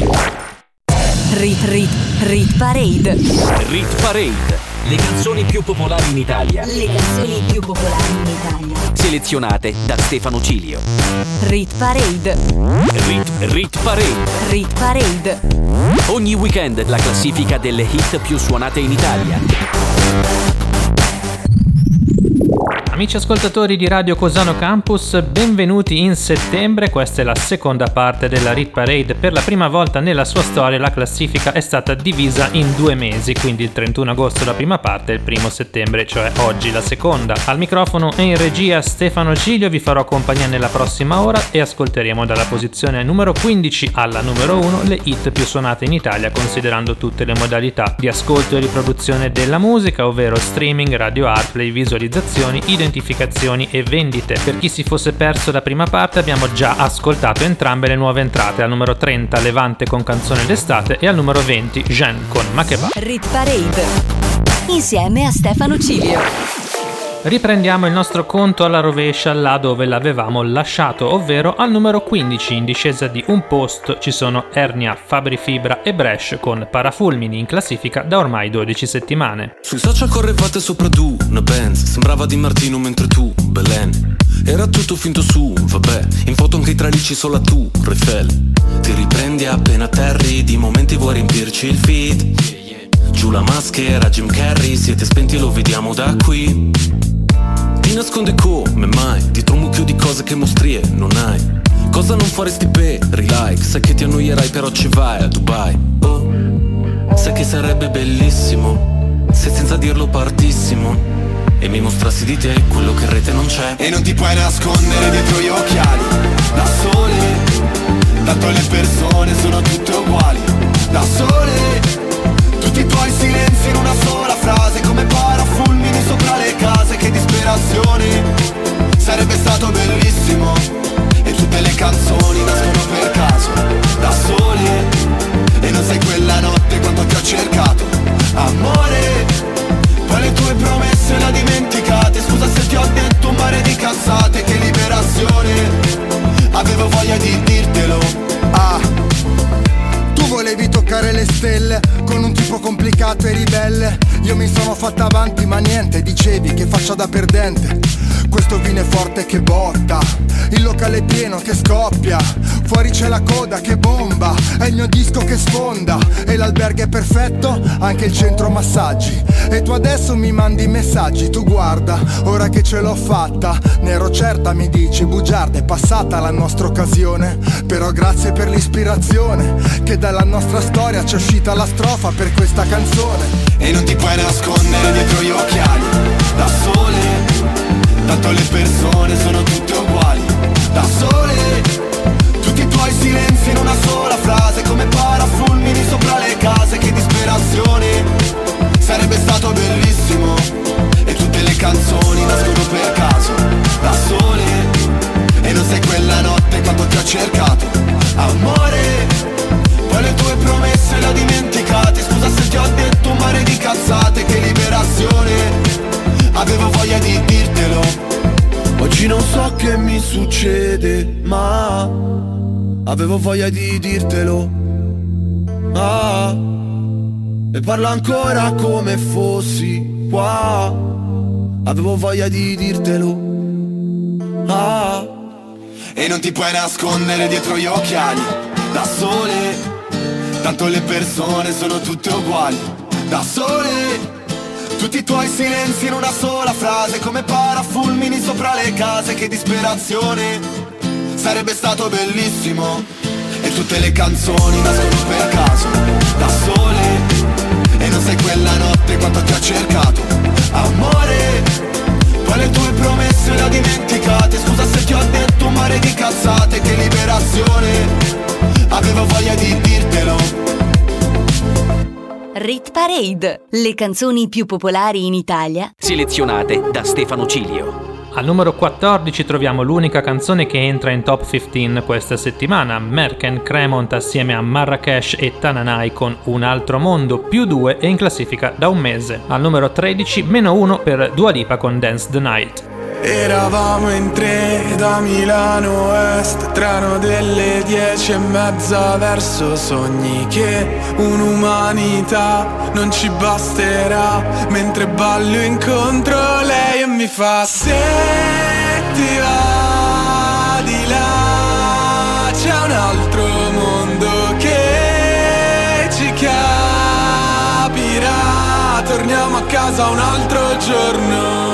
Rit Parade. Rit Parade. Le canzoni più popolari in Italia. Le canzoni più popolari in Italia. Selezionate da Stefano Cilio. Rit Parade. Rit Parade. Rit Parade. Ogni weekend la classifica delle hit più suonate in Italia. Amici ascoltatori di Radio Cusano Campus, benvenuti in settembre. Questa è la seconda parte della Rit Parade. Per la prima volta nella sua storia la classifica è stata divisa in 2 mesi, quindi il 31 agosto la prima parte e il 1 settembre, cioè oggi, la seconda. Al microfono e in regia Stefano Cilio, vi farò compagnia nella prossima ora e ascolteremo dalla posizione numero 15 alla numero 1 le hit più suonate in Italia, considerando tutte le modalità di ascolto e riproduzione della musica, ovvero streaming, radio airplay, visualizzazioni, identificazioni e vendite. Per chi si fosse perso la prima parte, abbiamo già ascoltato entrambe le nuove entrate. Al numero 30 Levante con Canzone d'estate e al numero 20 Jean con Ma che va. Rit Parade insieme a Stefano Cilio. Riprendiamo il nostro conto alla rovescia là dove l'avevamo lasciato, ovvero al numero 15. In discesa di un posto ci sono Ernia, Fabri Fibra e Bresh con Parafulmini, in classifica da ormai 12 settimane. Sui social correvate sopra tu, una Benz, sembrava Di Martino mentre tu, Belen. Era tutto finto su, vabbè, in foto anche i tralicci solo a tu, Refel. Ti riprendi appena atterri, di momenti vuoi riempirci il feed. Giù la maschera, Jim Carrey, siete spenti, lo vediamo da qui. Ti nasconde come mai, dietro un mucchio di cose che mostrie non hai. Cosa non faresti per like? Sai che ti annoierai però ci vai a Dubai. Oh, sai che sarebbe bellissimo se senza dirlo partissimo e mi mostrassi di te quello che in rete non c'è. E non ti puoi nascondere dietro gli occhiali, da sole, tanto le persone sono tutte uguali. Da sole, tutti i tuoi silenzi in una sola frase, come parafulmini sopra le case. Che disperazione, sarebbe stato bellissimo. E tutte le canzoni nascono per caso, da sole. E non sai quella notte quanto ti ho cercato, amore. Poi le tue promesse le dimenticate. Scusa se ti ho detto un mare di cazzate. Che liberazione, avevo voglia di dirtelo. Tu volevi toccare le stelle con un tipo complicato e ribelle. Io mi sono fatta avanti ma niente, dicevi che faccia da perdente. Questo vino è forte che botta, il locale è pieno che scoppia, fuori c'è la coda che bomba, è il mio disco che sfonda. E l'albergo è perfetto, anche il centro massaggi. E tu adesso mi mandi messaggi, tu guarda, ora che ce l'ho fatta. Ne ero certa, mi dici, bugiarda, è passata la nostra occasione. Però grazie per l'ispirazione, che dalla nostra storia c'è uscita la strofa per questa canzone. E non ti puoi nascondere dietro gli occhiali, da sole, tanto le persone sono tutte uguali. Da sole, tutti i tuoi silenzi in una sola frase, come parafulmini sopra le case. Che disperazione, sarebbe stato bellissimo. E tutte le canzoni nascono per caso, da sole. E non sai quella notte quanto ti ho cercato, amore. Poi le tue promesse le ho dimenticate. Scusa se ti ho detto un mare di cazzate. Che liberazione, avevo voglia di dirtelo. Oggi non so che mi succede, ma avevo voglia di dirtelo. E parlo ancora come fossi qua. Avevo voglia di dirtelo. E non ti puoi nascondere dietro gli occhiali, da sole, tanto le persone sono tutte uguali. Da sole, tutti i tuoi silenzi in una sola frase, come parafulmini sopra le case. Che disperazione, sarebbe stato bellissimo. E tutte le canzoni nascono per caso, da sole. E non sai quella notte quanto ti ho cercato, amore. Poi le tue promesse le ho dimenticate. Scusa se ti ho detto un mare di cazzate. Che liberazione, avevo voglia di dirtelo. Rit Parade, le canzoni più popolari in Italia, selezionate da Stefano Cilio. Al numero 14 troviamo l'unica canzone che entra in top 15 questa settimana, Merken Cremont assieme a Marrakesh e Tananai con Un altro mondo, +2 e in classifica da un mese. Al numero 13, -1 per Dua Lipa con Dance the Night. Eravamo in 3 da Milano Est, treno delle 10:30 verso sogni che un'umanità non ci basterà. Mentre ballo incontro lei e mi fa: se ti va di là c'è un altro mondo che ci capirà. Torniamo a casa un altro giorno.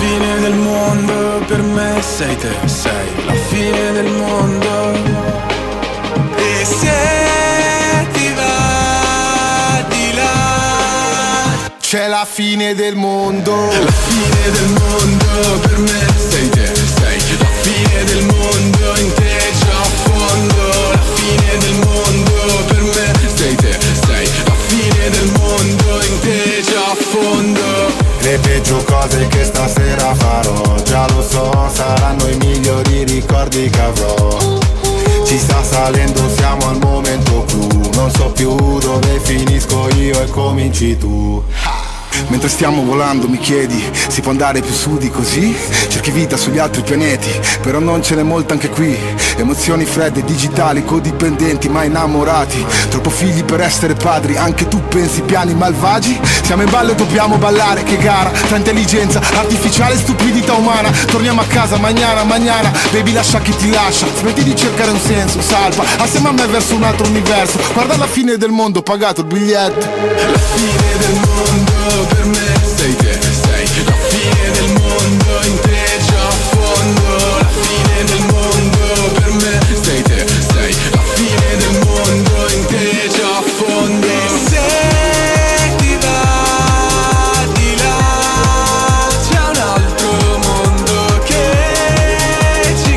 fine del mondo per me sei te, sei la fine del mondo. E se ti va di là c'è la fine del mondo. La fine del mondo per me sei te, sei la fine del mondo, in te già affondo. La fine del mondo per me sei te, sei la fine del mondo, in te già affondo. Le peggio cose che stasera farò, già lo so, saranno i migliori ricordi che avrò. Ci sta salendo, siamo al momento clou, non so più dove finisco io e cominci tu. Mentre stiamo volando mi chiedi, si può andare più su di così? Cerchi vita sugli altri pianeti, però non ce n'è molta anche qui. Emozioni fredde, digitali, codipendenti, ma innamorati. Troppo figli per essere padri, anche tu pensi piani malvagi? Siamo in ballo e dobbiamo ballare, che gara tra intelligenza artificiale e stupidità umana. Torniamo a casa mañana, baby lascia chi ti lascia. Smetti di cercare un senso, salva, assieme a me verso un altro universo. Guarda la fine del mondo, pagato il biglietto. La fine del mondo per me sei te, sei la fine del mondo, in te già affondo. La fine del mondo per me sei te, sei la fine del mondo, in te già affondo. E se ti va di là c'è un altro mondo che ci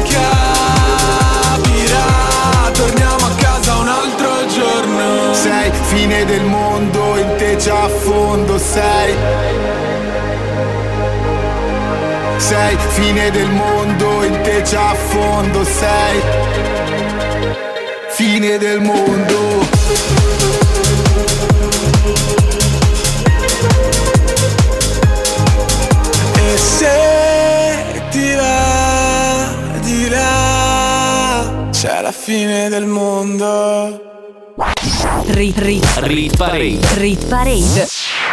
capirà. Torniamo a casa un altro giorno. Sei fine del mondo, in te già a fondo sei. Sei fine del mondo, in te già a fondo sei. Fine del mondo. E se ti va di là c'è la fine del mondo. Rit Parade.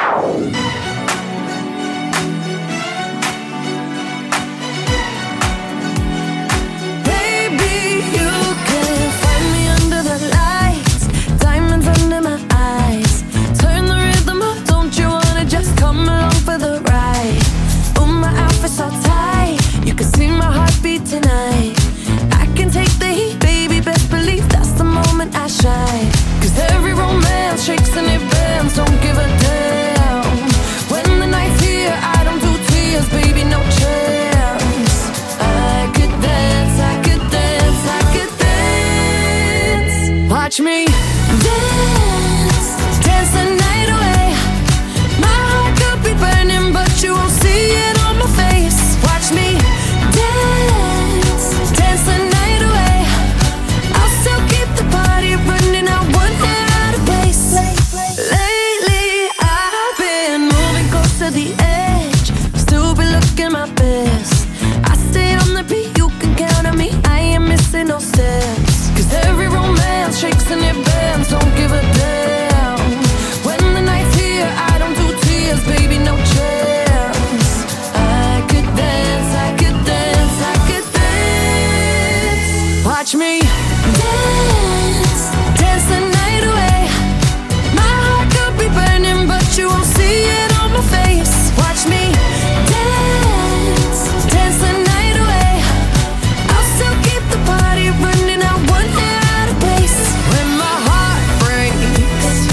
Tonight I can take the heat, baby, best believe that's the moment I shine. 'Cause every romance shakes and it bends, don't give a damn. When the night's here, I don't do tears, baby, no chance. I could dance, I could dance, I could dance. Watch me dance, dance the night away. My heart could be burning, but you won't see it on my face. Watch me dance, dance the night away. I'll still keep the party running, I won't get out of place. Lately I've been moving close to the edge, still be looking my best. I stay on the beat, you can count on me, I ain't missing no steps. 'Cause every romance shakes and it bends, don't give a damn. When the night's here, I don't do tears, baby, no chance. I could dance, I could dance, I could dance. Watch me dance, dance the night away. My heart could be burning, but you won't see it on my face. Watch me dance, dance the night away. I'll still keep the party running, I won't get out of place. When my heart breaks,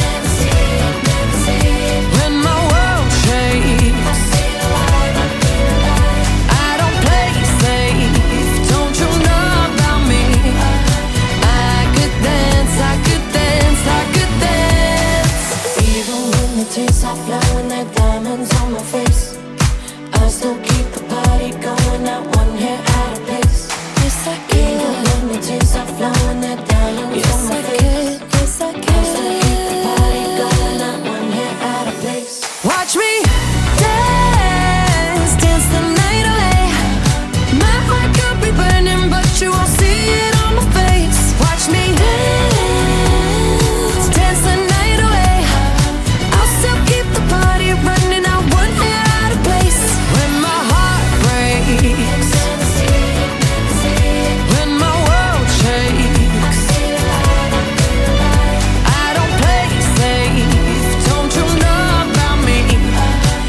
when my world shakes, I don't play safe, don't you know about me? I could dance, I could dance, I could dance. Even when the tears are flowing, they're diamonds on my face, I still keep the party going, not one hair out of place. Yes, I can. Even when the tears are flowing, they're diamonds on my face. Yes, I can. I still keep the party going, not one hair out of place. Watch me dance, dance the night away. My heart could be burning, but you won't see it on my face. Watch me dance, dance the night away. I'll still keep the party running, I won't get out of place. When my heart breaks, when my world shakes, I don't play safe, don't you know about me?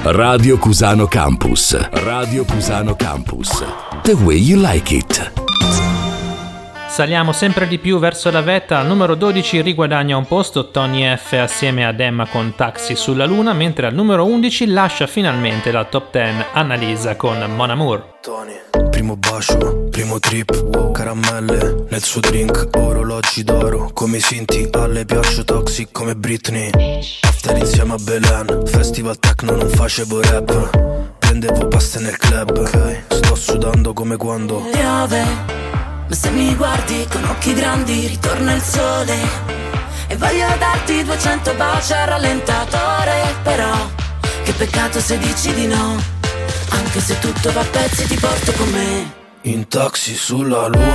Radio Cusano Campus. Radio Cusano Campus. The way you like it. Saliamo sempre di più verso la vetta. Al numero 12 riguadagna un posto Tony F assieme ad Emma con Taxi sulla Luna, mentre al numero 11 lascia finalmente la top 10 Annalisa con Mon Amour. Primo bacio, primo trip, caramelle nel suo drink, orologi d'oro, come Sinti, alle piaccio toxic come Britney. After insieme a Belen, festival techno non facevo rap, prendevo paste nel club, sto sudando come quando piove, ma se mi guardi con occhi grandi ritorna il sole. E voglio darti 200 baci al rallentatore, però che peccato se dici di no. Anche se tutto va a pezzi ti porto con me. in taxi sulla luna.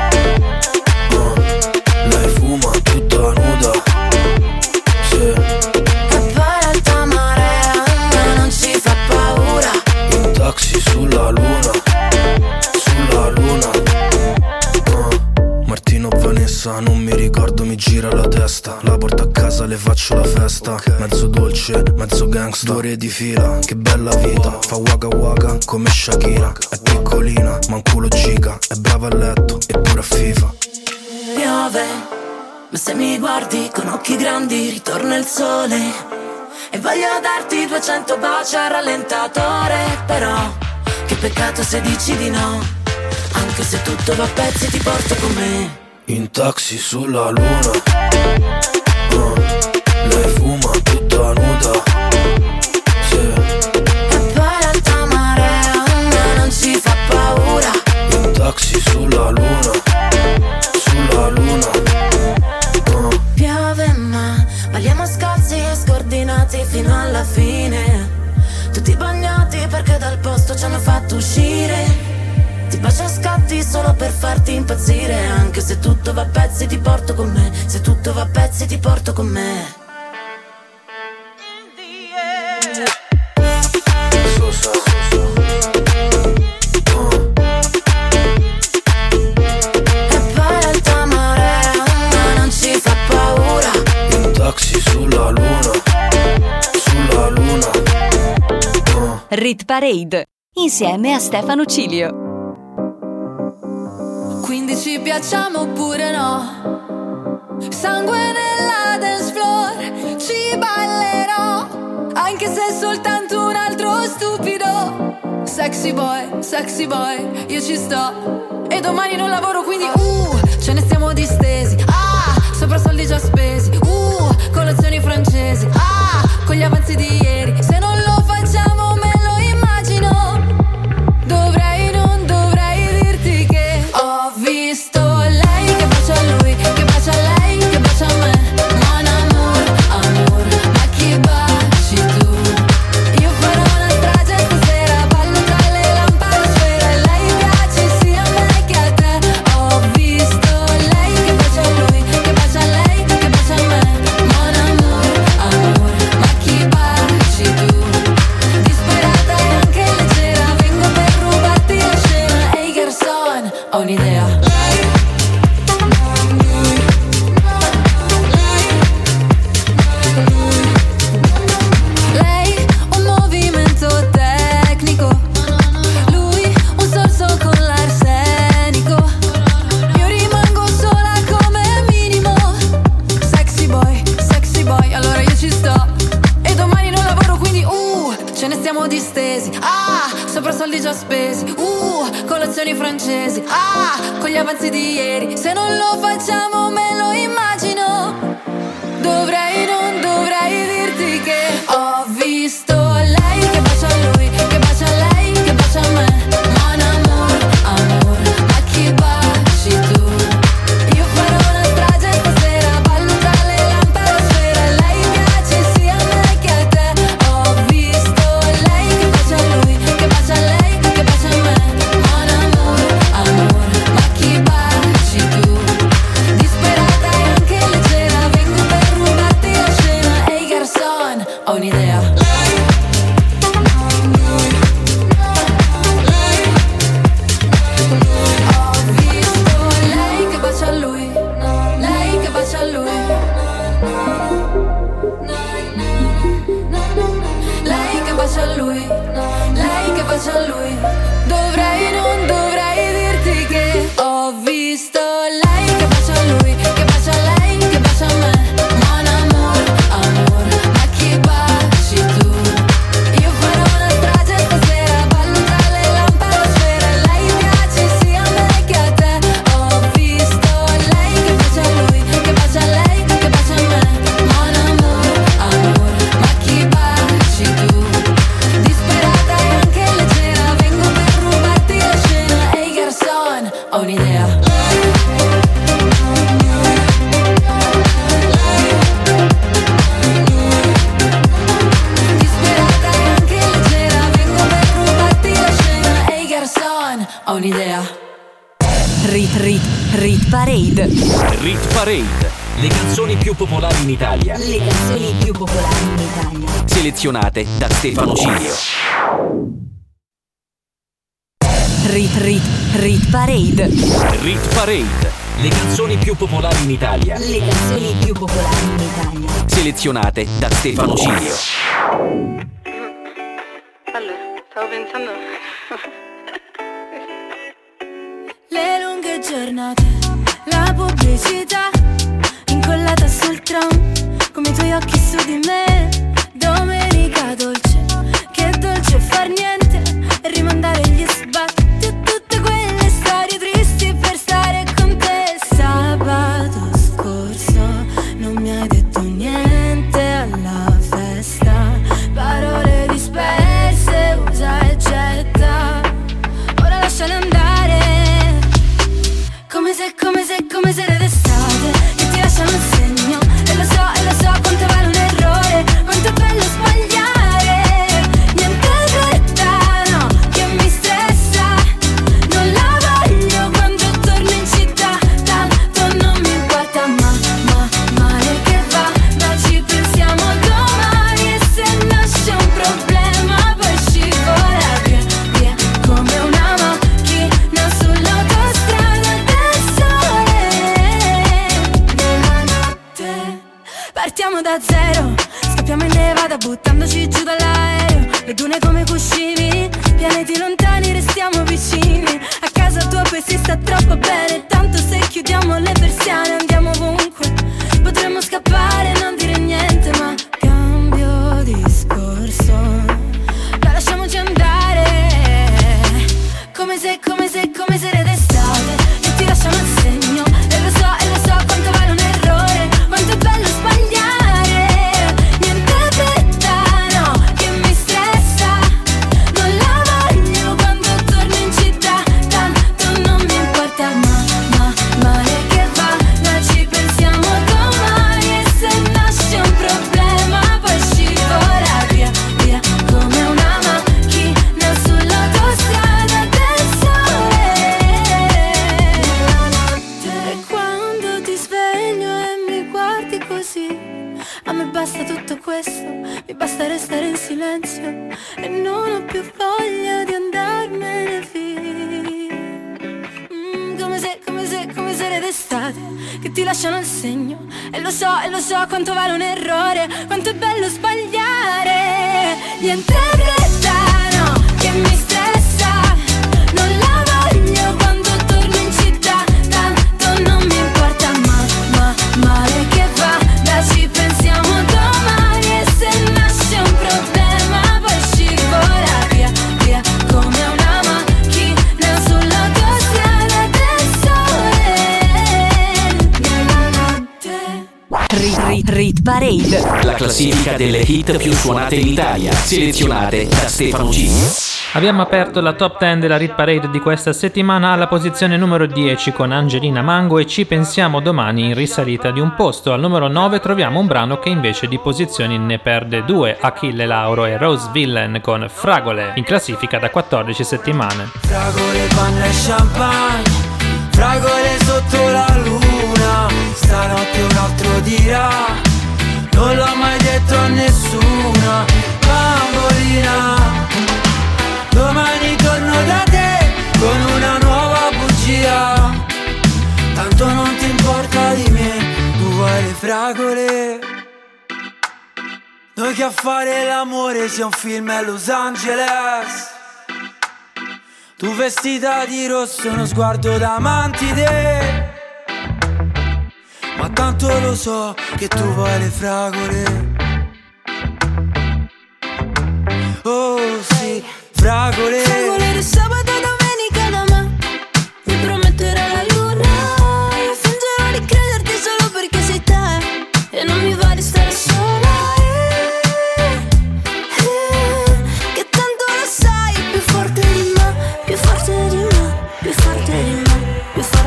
Lei fuma tutta nuda. Sì. E poi l'alta marea non ci fa paura. In taxi sulla luna. Sulla luna. Martino Vanessa, non mi ricordo, mi gira la testa. La porto a casa, le faccio la festa. Mezzo dolce, mezzo gangsta, 2 ore di fila, che bella vita. Fa waka waka come Shakira. È piccolina, ma un culo giga. È brava a letto, eppure a FIFA. Piove, ma se mi guardi con occhi grandi ritorna il sole. E voglio darti 200 baci al rallentatore, però che peccato se dici di no. Anche se tutto va a pezzi ti porto con me. In taxi sulla luna. Lei fuma tutta nuda. Sì. E poi l'alta marea non ci fa paura. In taxi sulla luna. Sulla luna. Piove ma balliamo scalzi e scordinati fino alla fine. Tutti bagnati perché dal posto ci hanno fatto uscire. Ti bacio a scatti solo per farti impazzire. Anche se tutto va a pezzi ti porto con me. Se tutto va a pezzi ti porto con me. E poi l'alta marea non ci fa paura. In taxi sulla luna. Sulla luna. Rit Parade insieme a Stefano Cilio. Quindi ci piacciamo oppure no? Sangue nella dance floor, ci ballerò, anche se è soltanto un altro stupido. Sexy boy, io ci sto. E domani non lavoro quindi ce ne stiamo distesi. Sopra soldi già spesi. Colazioni francesi. Con gli avanzi di ieri. Se non lo facciamo me lo immagino. Non dovrei dirti che ho visto lei che bacia a lui, che bacia a lei, che bacia a me. Mon amour, amour, ma chi baci tu? Io farò una strage stasera, ballo tra le lampadosfere. Lei piace sia a me che a te. Ho visto lei che bacia a lui, che bacia a lei, che bacia a me. Mon amour, amour, ma chi baci tu? Disperata e anche leggera, vengo per rubarti la scena. Ehi garçon, ho un'idea. Lei un movimento tecnico, lui un sorso con l'arsenico. Io rimango sola come minimo. Sexy boy, allora io ci sto. E domani non lavoro quindi ce ne stiamo distesi. Sopra soldi già spesi. Colazioni francesi. Con gli avanzi di ieri. Se non lo facciamo me lo immagino. Non dovrei dirti che ho visto lei che bacia a lui, che bacia a lei, che bacia a me. Mon amour, amour, ma chi baci tu? Io farò una strage stasera, ballo tra le lampadosfere. Lei piace sia a me che a te. Ho visto lei che bacia a lui, che bacia a lei, che bacia a me. Mon amour, amour, ma chi baci tu? Disperata e anche leggera, un'idea. Disperata e anche leggera, vengo per rubarti la scena. Ehi garçon, ho un'idea. Rit Parade. Rit Parade. Le canzoni più popolari in Italia. Le canzoni più popolari in Italia. Selezionate da Stefano Cilio. Rit Parade. Rit Parade. Le canzoni più popolari in Italia. Le canzoni più popolari in Italia. Selezionate da Stefano Cilio. Allora, stavo pensando. Le lunghe giornate, la pubblicità incollata sul tram, come i tuoi occhi su di me. Domenica dolce, che dolce far niente e rimandare gli sbatti a tutte quelle storie tristi per stare con te. Sabato scorso non mi hai detto niente alla festa, parole disperse, usa e getta. Ora lasciale andare, come se ed estate che ti lasciano il segno. E lo so quanto vale un errore, quanto è bello sbagliare. Niente fretta, no, che mi stressa. Non la voglio quando torno in città, tanto non mi importa, ma male che va. Ma ci pensiamo domani e se nasce un problema poi scivola via come una macchina sull'autostrada del sole. Nella notte partiamo da zero, scappiamo in Nevada buttandoci giù dall'aereo. Le dune come cuscini, pianeti lontani restiamo vicini. A casa tua poi si sta troppo bene, tanto se chiudiamo le persiane andiamo ovunque. Potremmo scappare e non dire niente, ma cambio discorso, la lasciamoci andare, come se ed estate che ti lasciano il segno. E lo so quanto vale un errore, quanto è bello sbagliare. Niente fretta, no, che mi stressa. Non la voglio quando torno in città, tanto non mi importa, ma male che va. Ma ci pensiamo domani e se nasce un problema poi scivola via come una macchina sull'autostrada del sole. E quando ti sveglio e mi guardi così, a me basta tutto questo, mi basta restare in silenzio e non ho più voglia di andarmene via. Come se ed estate che ti lasciano il segno. E lo so quanto vale un errore, quanto è bello sbagliare. Niente fretta, no, che mi stressa. Non la voglio quando torno in città, tanto non mi importa, ma male che va. Da ci pensiamo domani e se nasce un problema poi scivola via come una macchina sull'autostrada del sole. Nella notte Rit Parade. La classifica delle hit più suonate in Italia, selezionate da Stefano Cilio. Abbiamo aperto la top 10 della Rit Parade di questa settimana alla posizione numero 10 con Angelina Mango e Ci pensiamo domani, in risalita di un posto. Al numero 9 troviamo un brano che invece di posizioni ne perde 2, Achille Lauro e Rose Villain con Fragole, in classifica da 14 settimane. Fragole, panna e champagne, fragole sotto la luna. Stanotte un altro dirà, non l'ho mai detto a nessuna. Bambolina, domani torno da te con una nuova bugia. Tanto non ti importa di me, tu vuoi le fragole. Noi che a fare l'amore sia un film a Los Angeles. Tu vestita di rosso, uno sguardo da mantide. Ma tanto lo so che tu vuoi le fragole. Oh sì, fragole. Fragole di sabato e domenica da me. Mi prometterà la luna. Io fingerò di crederti solo perché sei te e non mi va di stare sola. Che tanto lo sai, più forte di me, più forte di me, più forte di me, più forte.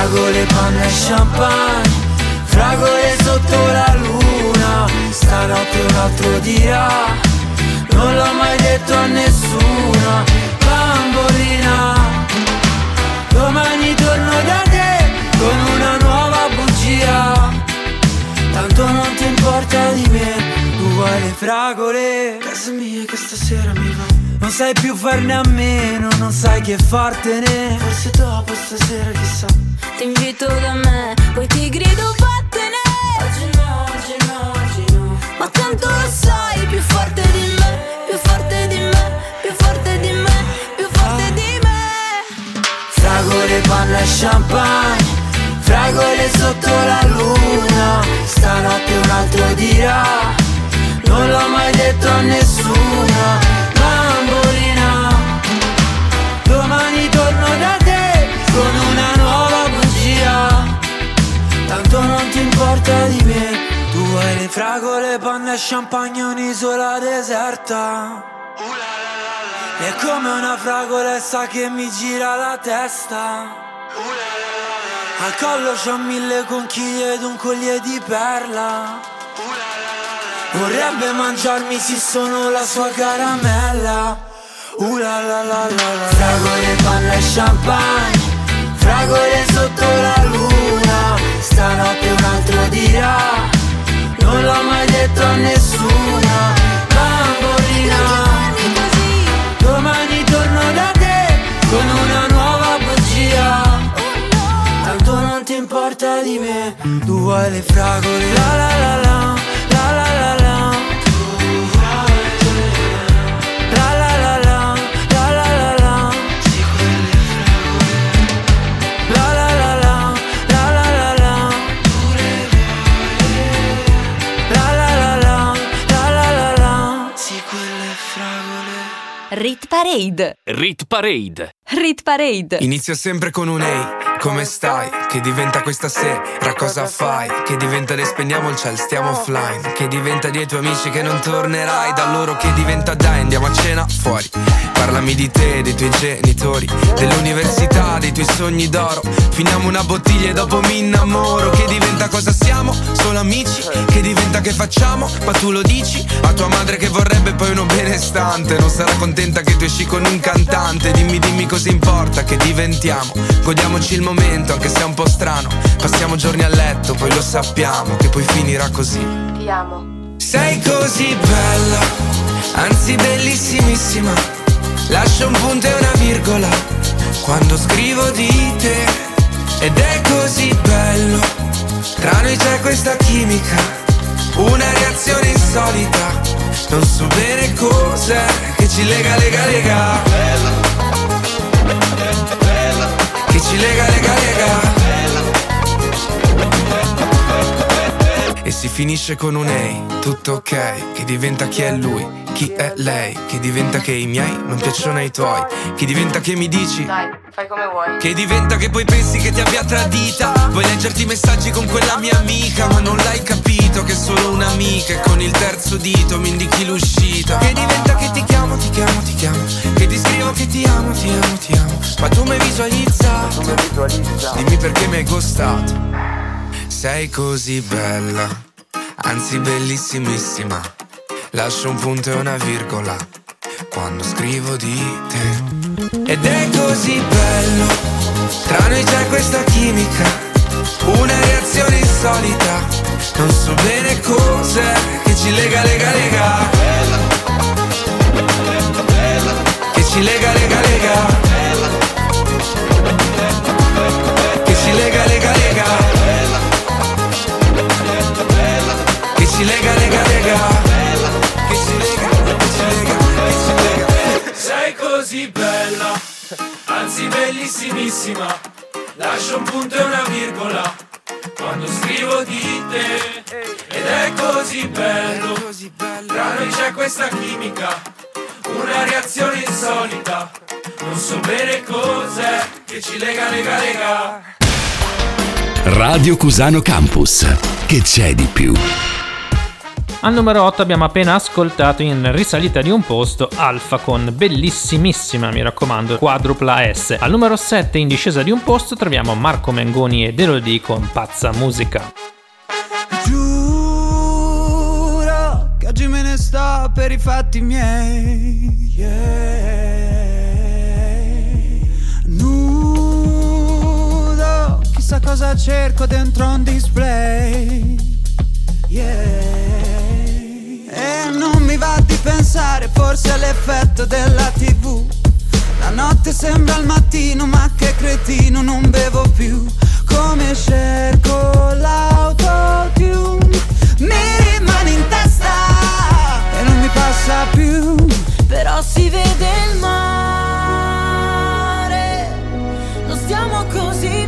fragole, panna e champagne, fragole sotto la luna. Stanotte un altro dirà, non l'ho mai detto a nessuna. Bambolina, domani torno da te con una nuova bugia. Tanto non ti importa di me, tu vuoi le fragole. Casa mia che stasera mi va. Non sai più farne a meno, non sai che fartene. Forse dopo stasera chissà. Ti invito da me, poi ti grido vattene. Oggi no, oggi no, oggi no. Ma tanto lo sai, più forte di me, più forte di me, più forte di me, più forte di me. Fragole, panna e champagne, fragole sotto la luna. Stanotte un altro dirà, non l'ho mai detto a nessuna. Bambolina, domani torno da te con una nuova bugia. Tanto non ti importa di me, tu vuoi le fragole, panna e champagne, un'isola deserta. È come una fragolessa che mi gira la testa. Al collo c'ho 1000 conchiglie ed un collier di perla. Vorrebbe mangiarmi se sono la sua caramella. La la la la. Fragole, panna e champagne, fragole sotto la luna. Stanotte un altro dirà, non l'ho mai detto a nessuna. Bambolina, domani torno da te con una nuova bugia. Tanto non ti importa di me, tu vuoi le fragole. La la la la, la la la la. La la la la, la la la la. La la la la, la la la la. La la la la, la la la la. Sì, quelle fragole. Rit Parade. Rit Parade. Rit Parade. Inizio sempre con un ehi, come stai? Che diventa questa sera, cosa fai? Che diventa le spegniamo il ciel, stiamo offline. Che diventa dei tuoi amici che non tornerai. Da loro che diventa dai, andiamo a cena fuori. Parlami di te, dei tuoi genitori, dell'università, dei tuoi sogni d'oro. Finiamo una bottiglia e dopo mi innamoro. Che diventa cosa siamo? Solo amici. Che diventa che facciamo? Ma tu lo dici a tua madre che vorrebbe poi uno benestante. Non sarà contenta che tu esci con un cantante. Dimmi cosa importa che diventiamo. Godiamoci il momento anche se è un po' strano. Passiamo giorni a letto, poi lo sappiamo che poi finirà così. Ti amo. Sei così bella, anzi bellissimissima. Lascio un punto e una virgola quando scrivo di te. Ed è così bello, tra noi c'è questa chimica, una reazione insolita. Non so bene cos'è che ci lega. Che ci lega. E si finisce con un ehi, tutto ok. Che diventa chi è lui, chi è lei. Che diventa che i miei non piacciono ai tuoi. Che diventa che mi dici Dai, fai come vuoi. Che diventa che poi pensi che ti abbia tradita. Vuoi leggerti i messaggi con quella mia amica, ma non l'hai capito che è solo un'amica. E con il terzo dito mi indichi l'uscita. Che diventa che ti chiamo. Che ti scrivo che ti amo. Ma tu mi hai visualizzato. Dimmi perché mi hai ghostato. Sei così bella, anzi bellissimissima. Lascio un punto e una virgola quando scrivo di te. Ed è così bello, tra noi c'è questa chimica, una reazione insolita. Non so bene cos'è che ci lega. Che ci lega. Che ci lega. Che ci lega. Che ci lega. Sei così bella, anzi bellissimissima. Lascio un punto e una virgola quando scrivo di te. Ed è così bello, tra noi c'è questa chimica, una reazione insolita. Non so bene cos'è che ci lega. Radio Cusano Campus. Che c'è di più? Al numero 8 abbiamo appena ascoltato in risalita di un posto Alfa con bellissimissima, mi raccomando, quadrupla S. Al numero 7 in discesa di un posto troviamo Marco Mengoni ed Elodie con Pazza Musica. Giuro che oggi me ne sto per i fatti miei, nudo, chissà cosa cerco dentro un display, e non mi va di pensare, forse è l'effetto della TV. La notte sembra il mattino, ma che cretino, non bevo più. Come cerco l'autotune, mi rimane in testa e non mi passa più. Però si vede il mare, non stiamo così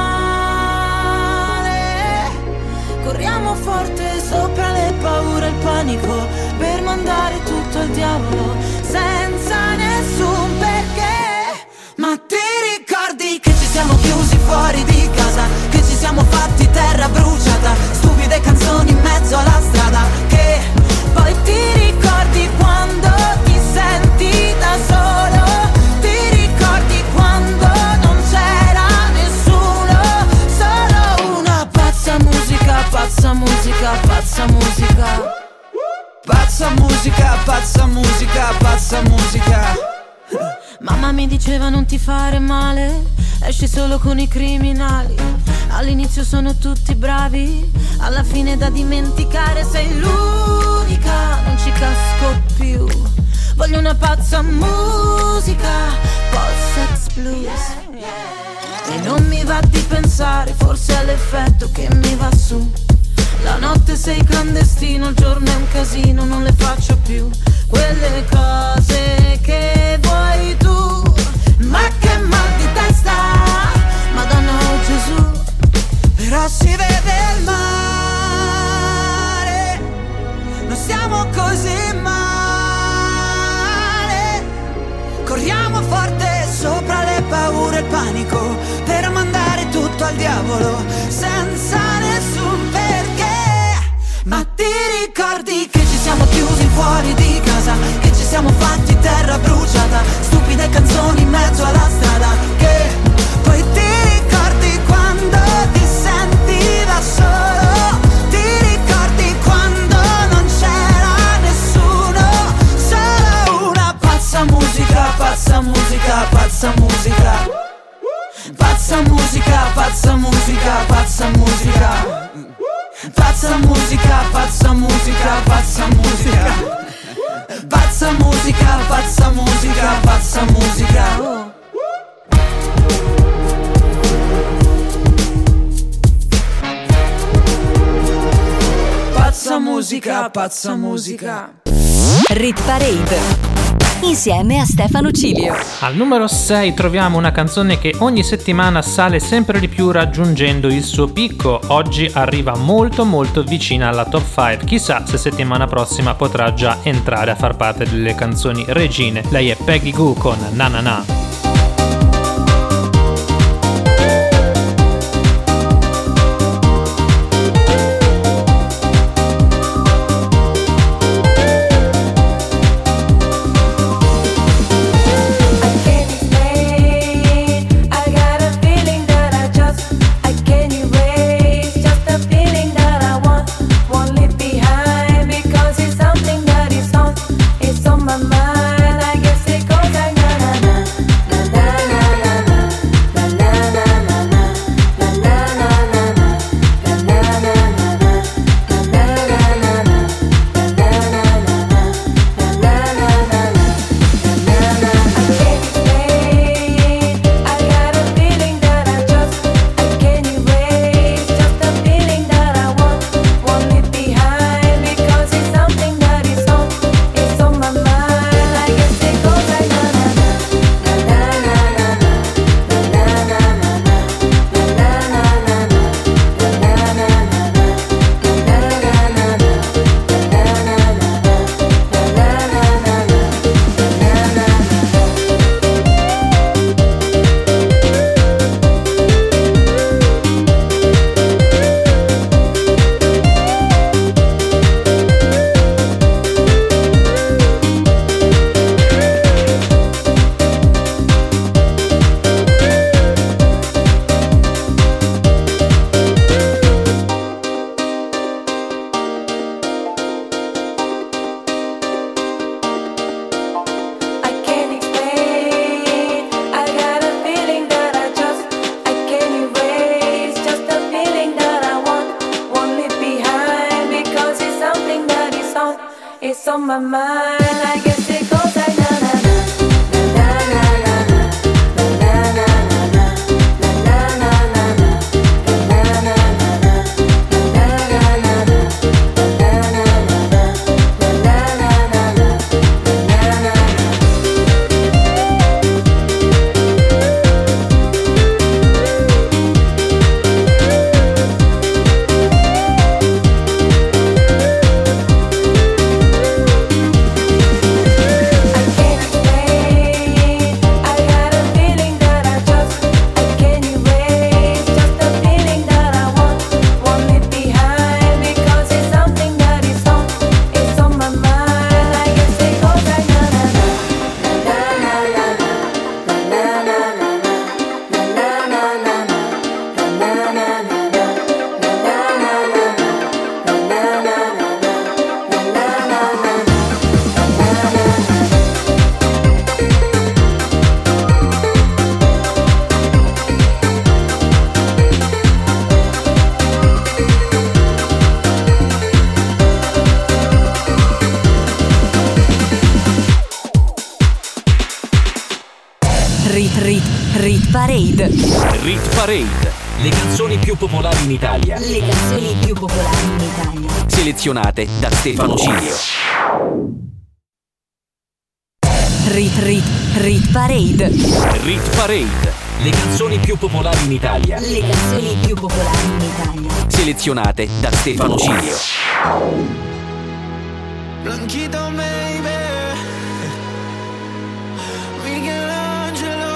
male. Corriamo forte sopra le paure e il panico, per mandare tutto al diavolo senza nessun perché. Ma ti ricordi che ci siamo chiusi fuori di casa, che ci siamo fatti terra bruciata, stupide canzoni in mezzo alla strada, che poi ti ricordi quando ti senti da solo, ti ricordi quando non c'era nessuno, solo una pazza musica, pazza musica, pazza musica. Pazza musica, pazza musica, pazza musica. Mamma mi diceva non ti fare male, esci solo con i criminali. All'inizio sono tutti bravi, alla fine da dimenticare. Sei l'unica, non ci casco più. Voglio una pazza musica, post-sex blues. E non mi va di pensare, forse è l'effetto che mi va su. La notte sei clandestino, il giorno è un casino, non le faccio più quelle cose che vuoi tu. Ma che mal di testa, Madonna o Gesù. Però si vede il mare, non stiamo così male. Corriamo forte sopra le paure e il panico, per mandare tutto al diavolo senza nessun perché. Ma ti ricordi che ci siamo chiusi fuori di casa, che ci siamo fatti terra bruciata, stupide canzoni in mezzo alla strada, che poi ti ricordi quando ti senti da solo, ti ricordi quando non c'era nessuno, solo una pazza musica, pazza musica, pazza musica. Pazza musica, pazza musica, pazza musica. Pazza musica, pazza musica, pazza musica. Pazza musica, pazza musica, pazza musica. Pazza musica, pazza musica. Rit Parade insieme a Stefano Cilio. Al numero 6 troviamo una canzone che ogni settimana sale sempre di più raggiungendo il suo picco. Oggi arriva molto vicina alla top 5. Chissà se settimana prossima potrà già entrare a far parte delle canzoni regine. Lei è Peggy Gou con Na Na Na. on my mind. I guess it goes like na na na. Rit Parade. Rit Parade. Le canzoni più popolari in Italia. Le canzoni più popolari in Italia. Selezionate da Stefano Cilio. Rit Parade. Rit Parade. Le canzoni più popolari in Italia. Le canzoni più popolari in Italia. Selezionate da Stefano Cilio. Blanchito baby, Michelangelo,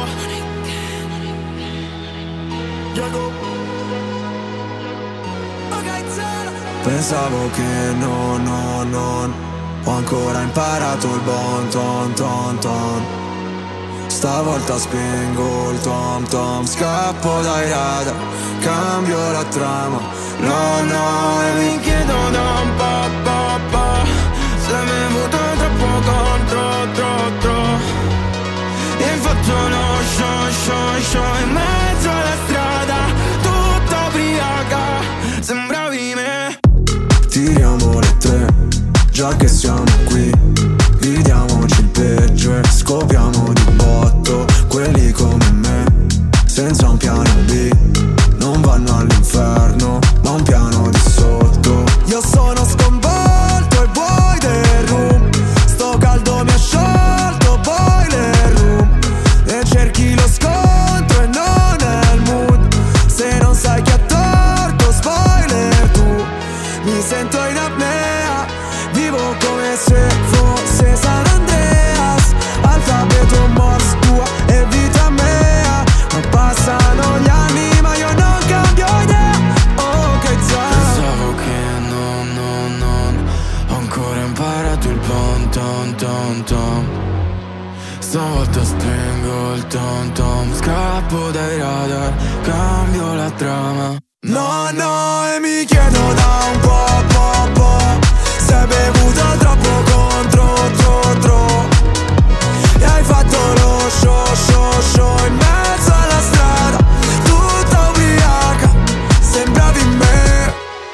pensavo che non ho ancora imparato il bon ton ton ton. Stavolta spengo il tom tom, scappo dai radar, cambio la trama. No, e mi chiedo da un po', se mi è venuto troppo contro. E hai fatto uno show in mezzo alla strada, tutta ubriaca, sembravi me. Tiriamo le tre, già che siamo qui, vediamoci il peggio e scopriamo di botto. Quelli come me, senza un piano B, non vanno all'inferno, ma un piano di sotto. Io sono sconvolto e vuoi del room, sto caldo mi ha sciolto boiler room. E cerchi lo scontro e non è il mood, se non sai chi ha torto spoiler tu. Mi sento in apnea, vivo come se fosse San Andreas, alfabeto Morse tua e vita mea. Ma passano gli anni ma io non cambio idea. Oh che pensavo che non ho ancora imparato il bon ton ton ton. Stavolta spengo il tom tom, scappo dai radar, cambio la trama. No, e mi chiedo da un po', se hai bevuto troppo contro. E hai fatto lo show in mezzo alla strada, tutta ubriaca, sembravi me.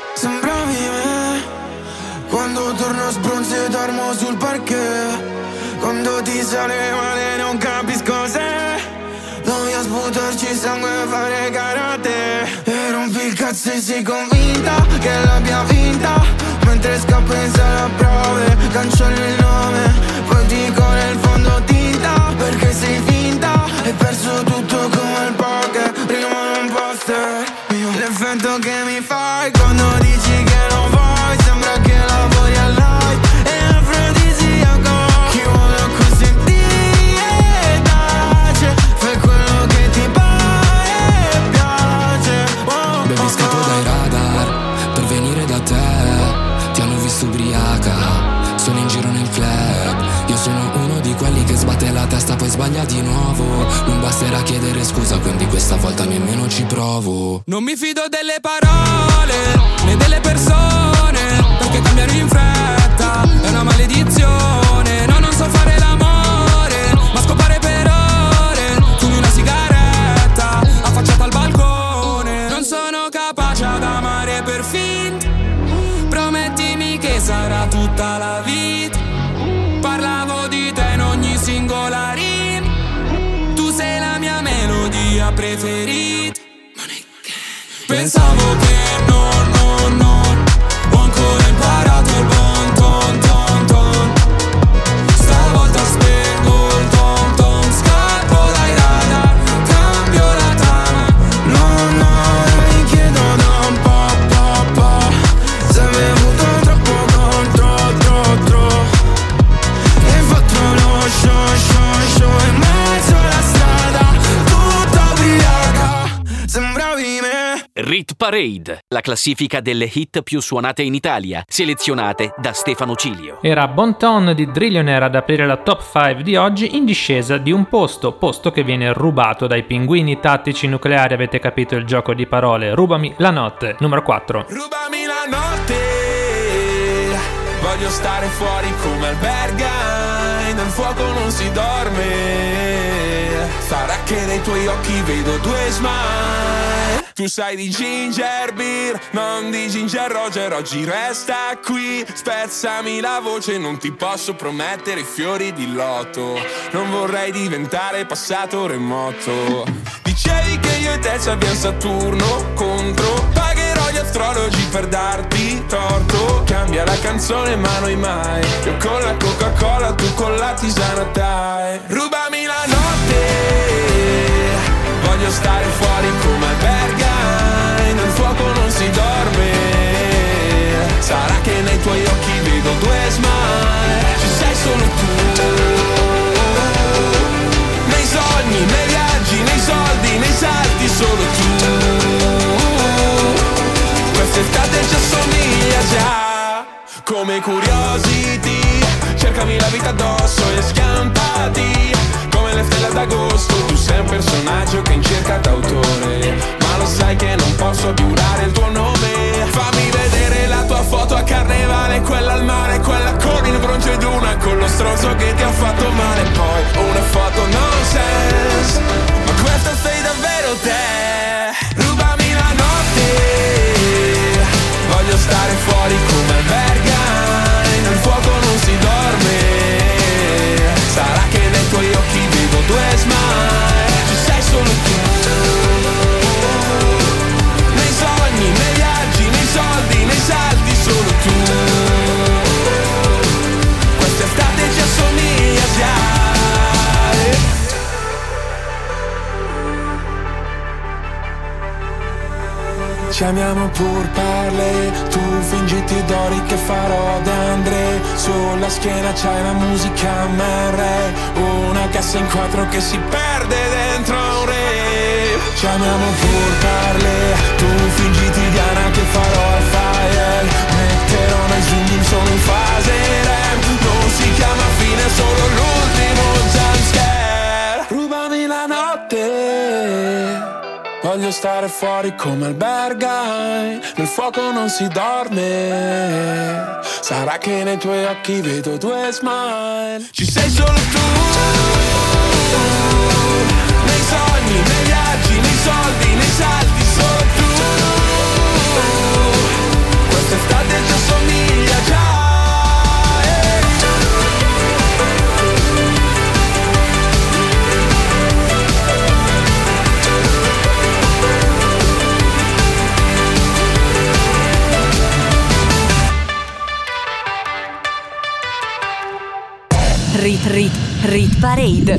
Quando torno sbronzo e dormo sul parquet, quando ti sale male non capisco se voglio sputarci sangue e fare karate. E rompi il cazzo e sei convinta che l'abbia vinta, mentre scappo in sala prove, cancello il nome, poi dico nel fondo tinta, perché sei finta. Hai perso tutto come il poker, rimane un poster mio. L'effetto che mi fai quando dici che non vuoi, sembra che lavori al light, è afrodisiaco. Chi vuole così ti tace, fai quello che ti pare e piace. Baby scappo dai radar per venire da te, ti hanno visto ubriaca, sono in giro nel club. Io sono uno di quelli che sbatte la testa poi sbaglia di nuovo. Non basterà chiedere scusa, quindi questa volta nemmeno ci provo. Non mi fido delle parole né delle persone, perché cambiano in fretta, è una maledizione. No, non so fare l'amore, ma scopare per ore. Fumi una sigaretta, affacciata al balcone. Non sono capace ad amare per finta, promettimi che sarà tutta la vita. mia preferita. Pensavo che no, ho ancora imparato il bon ton ton ton. Stavolta spengo il tom tom, scappo dai radar, cambio la trama. No, mi chiedo da un po', se mi hai avuto troppo contro. Hai fatto lo show in mezzo alla strada, tutta ubriaca, sembravi me. Rit Parade, la classifica delle hit più suonate in Italia, selezionate da Stefano Cilio. Era Bon Ton di Drillionaire ad aprire la top 5 di oggi, in discesa di un posto che viene rubato dai pinguini tattici nucleari. Avete capito il gioco di parole? Rubami la notte, numero 4. Rubami la notte, voglio stare fuori come albergai, nel fuoco non si dorme. Sarà che nei tuoi occhi vedo due smile. Tu sai di ginger beer, non di ginger Roger. Oggi resta qui, spezzami la voce. Non ti posso promettere fiori di loto, non vorrei diventare passato remoto. Dicevi che io e te ci abbiamo Saturno contro. Pagherò gli astrologi per darti torto. Cambia la canzone ma noi mai. Io con la Coca-Cola, tu con la tisana dai. Rubami la notte, voglio stare fuori come albergai, nel fuoco non si dorme. Sarà che nei tuoi occhi vedo due smile. Ci sei solo tu, nei sogni, nei viaggi, nei soldi, nei salti, solo tu. Quest'estate ci assomiglia già, come Curiosity. Cercami la vita addosso e schiampati come le stelle d'agosto. Tu sei un personaggio che è in cerca d'autore, ma lo sai che non posso più dare il tuo nome. Fammi vedere la tua foto a carnevale, quella al mare, quella con il bronzo ed una con lo stronzo che ti ha fatto male. Poi una foto nonsense, ma questa sei davvero te. Rubami la notte, voglio stare fuori come albergai, nel fuoco non si dorme. Sarà che nei tuoi occhi vedo due smile. Ci sei solo tu, nei sogni, nei viaggi, nei soldi, nei salti, solo tu. Quest'estate ci assomiglia già. Ci amiamo pur parle, tu fingiti d'ori che farò d'Andre. Sulla schiena c'hai la musica MR, una cassa in quattro che si perde dentro un rave. Ci amiamo pur parle, tu fingiti Diana che farò al fire. Metterò nel zoom solo in fase REM, non si chiama fine, solo l'ultimo jumpscare. Rubami la notte, voglio stare fuori come albergai, nel fuoco non si dorme. Sarà che nei tuoi occhi vedo due smile. Ci sei solo tu, nei sogni, nei viaggi, nei soldi, nei salti, solo tu. Quest'estate ci assomiglia già. Rit Parade.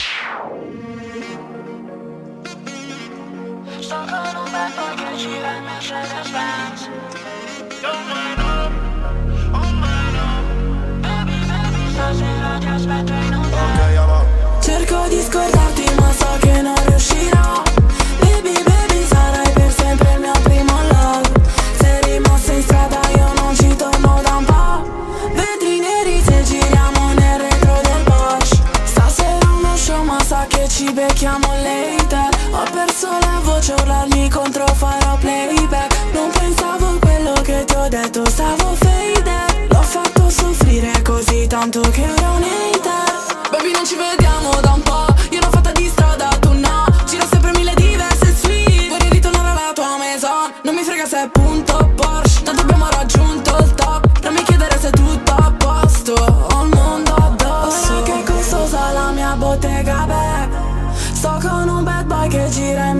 Cerco di scordarti ma so che non riuscirò. Baby, baby, sarai per sempre il mio primo love. Sei rimasto in strada, io non ci torno da un po'. Vetri neri se giriamo nel retro del Porsche. Stasera uno show ma sa che ci becchiamo later. Ho perso la voce, urlarmi contro farò playback. Non pensavo a quello che ti ho detto, stavo faded. L'ho fatto soffrire così tanto che ero un hater. Baby, non ci vediamo da un po', io l'ho fatta di strada, tu no. Giro sempre mille diverse suite, vorrei ritornare alla tua maison. Non mi frega se è punto Porsche, tanto abbiamo raggiunto il top. Non mi chiedere se è tutto a posto, ho il mondo addosso. Ora che è costosa la mia bottega, beh, sto con un bad boy che gira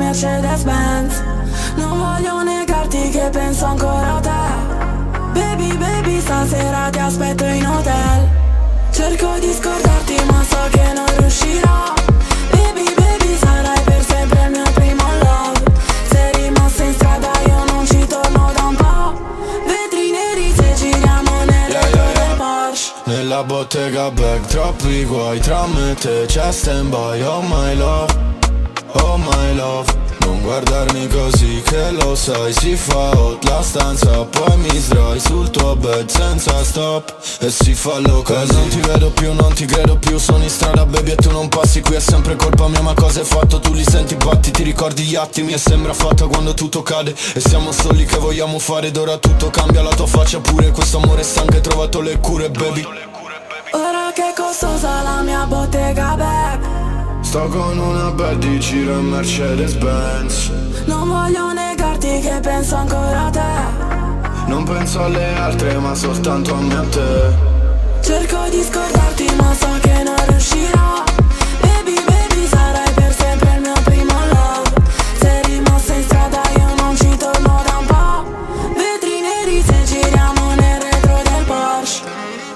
Mercedes-Benz. Non voglio negarti che penso ancora a te. Baby, baby, stasera ti aspetto in hotel. Cerco di scordarti ma so che non riuscirò. Baby, baby, sarai per sempre il mio primo love. Sei rimasto in strada, io non ci torno da un po'. Vetri neri se giriamo nel retro del Porsche. Nella bottega bag, troppi guai tra me e te, c'è stand by, oh my love, oh my love. Non guardarmi così che lo sai, si fa hot la stanza, poi mi sdrai sul tuo bed senza stop e si fa loca. Non ti vedo più, non ti credo più, sono in strada baby e tu non passi, qui è sempre colpa mia, ma cosa hai fatto? Tu li senti batti, ti ricordi gli attimi e sembra fatta quando tutto cade e siamo soli che vogliamo fare ed ora tutto cambia, la tua faccia pure, questo amore stanco hai trovato le cure baby. Ora che costosa la mia bottega bag. Sto con una bad di giro in Mercedes-Benz. Non voglio negarti che penso ancora a te. Non penso alle altre ma soltanto a me e a te. Cerco di scordarti ma so che non riuscirò. Baby, baby, sarai per sempre il mio primo love. Sei rimasto in strada, io non ci torno da un po'. Vetri neri se giriamo nel retro del Porsche.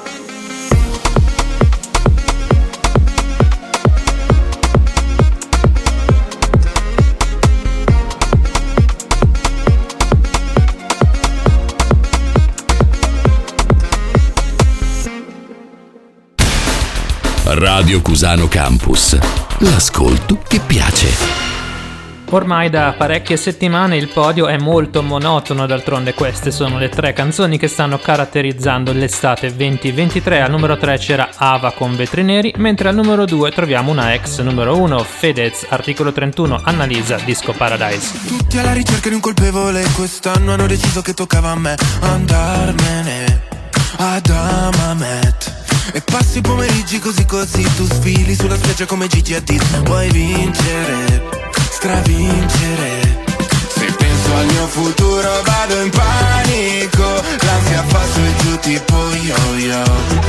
Radio Cusano Campus, l'ascolto che piace. Ormai da parecchie settimane il podio è molto monotono, d'altronde queste sono le 3 canzoni che stanno caratterizzando l'estate 2023. Al numero 3 c'era Ava con Vetri Neri, mentre al numero 2 troviamo una ex numero 1, Fedez, Articolo 31, Annalisa, Disco Paradise. Tutti alla ricerca di un colpevole, quest'anno hanno deciso che toccava a me andarmene ad Amamet. E passi i pomeriggi così così, tu sfili sulla spiaggia come Gigi Hadid. Vuoi vincere, stravincere. Se penso al mio futuro vado in panico, l'ansia fa su e giù tipo yo-yo.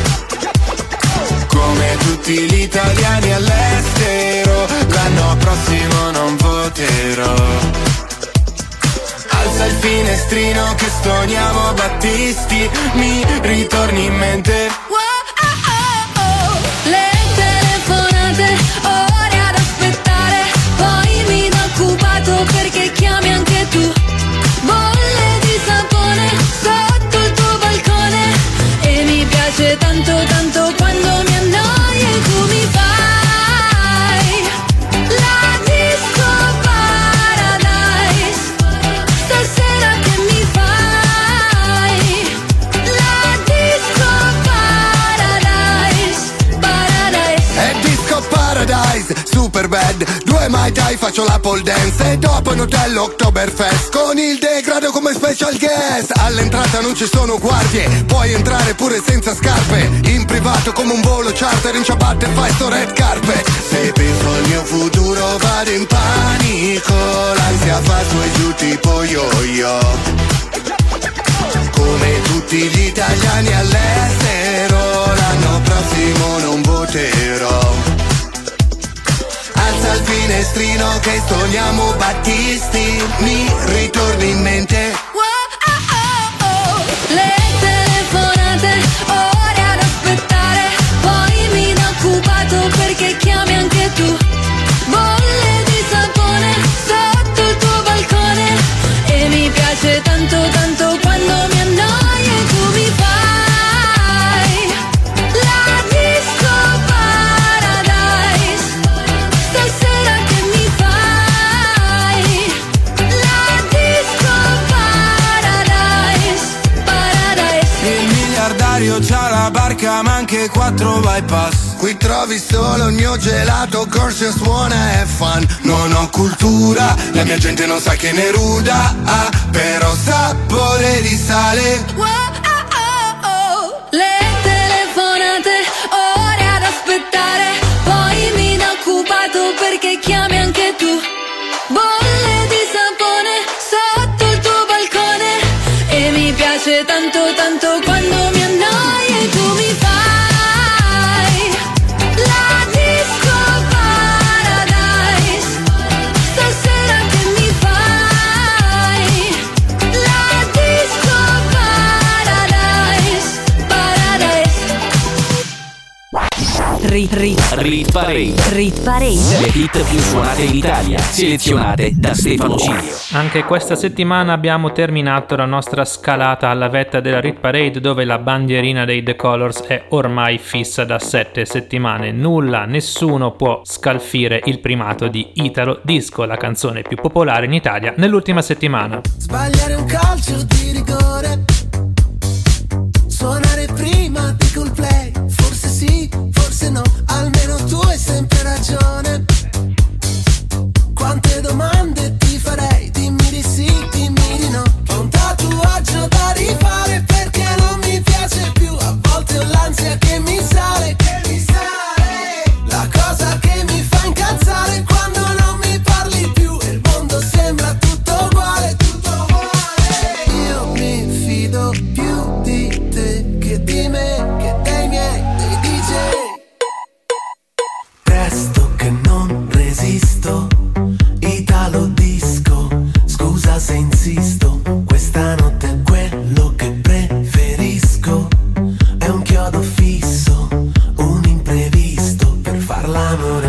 Come tutti gli italiani all'estero, l'anno prossimo non voterò. Alza il finestrino che stoniamo Battisti, mi ritorni in mente. Le telefonate, ore ad aspettare, poi mi do occupato perché chiami anche tu. Bolle di sapone sotto il tuo balcone e mi piace tanto tanto quando mi annoio e tu mi fai la disco paradise. Stasera che mi fai la disco paradise. È Disco Paradise, super bad, 2 Mai Tai, faccio la pole dance e dopo in hotel Oktoberfest con il degrado come special guest. All'entrata non ci sono guardie, puoi entrare pure senza scarpe, in privato come un volo charter, in ciabatte fai sto red carpet. Se penso al mio futuro vado in panico, l'ansia fa su e giù tipo yo-yo. Come tutti gli italiani all'estero, l'anno prossimo non voterò. Alza il finestrino che stoniamo Battisti, mi ritorni in mente. Le telefonate, ore ad aspettare, poi mi do occupato perché chiami anche tu. Bolle di sapone sotto il tuo balcone e mi piace tanto tanto quando mi annoio e tu mi fai la disco paradise. Stasera che mi fai la disco paradise, paradise. Il miliardario c'ha la barca ma anche 4 bypass. Qui trovi solo il mio gelato, corso suona e fan. Non ho cultura, la mia gente non sa che ne ruda, però sapore di sale. Le telefonate, ore ad aspettare, poi mi do occupato perché chiami anche tu. Bolle di sapone sotto il tuo balcone e mi piace tanto tanto quando mi annoio e tu mi fai la disco paradise. Stasera che Rit Parade. Rit Parade. Le hit più suonate in Italia, selezionate da Stefano Cilio. Anche questa settimana abbiamo terminato la nostra scalata alla vetta della Rit Parade, dove la bandierina dei The Colors è ormai fissa da 7 settimane. Nessuno può scalfire il primato di Italo Disco, la canzone più popolare in Italia nell'ultima settimana. Sbagliare un calcio di rigore, suonare prima di Coldplay, forse sì, forse no, almeno tu hai sempre ragione. Quante domande ti farei, dimmi di sì, dimmi di no. Ho un tatuaggio da rifare perché non mi piace più, a volte ho l'ansia che mi sale, la cosa che mi fa incazzare quando non mi parli più e il mondo sembra tutto uguale, Io mi fido più di te che di me, che dei miei, dei DJ. Presto che non resisto, Italo Disco, scusa se insisto, questa notte è quello che preferisco, è un chiodo fisso, un imprevisto per far l'amore.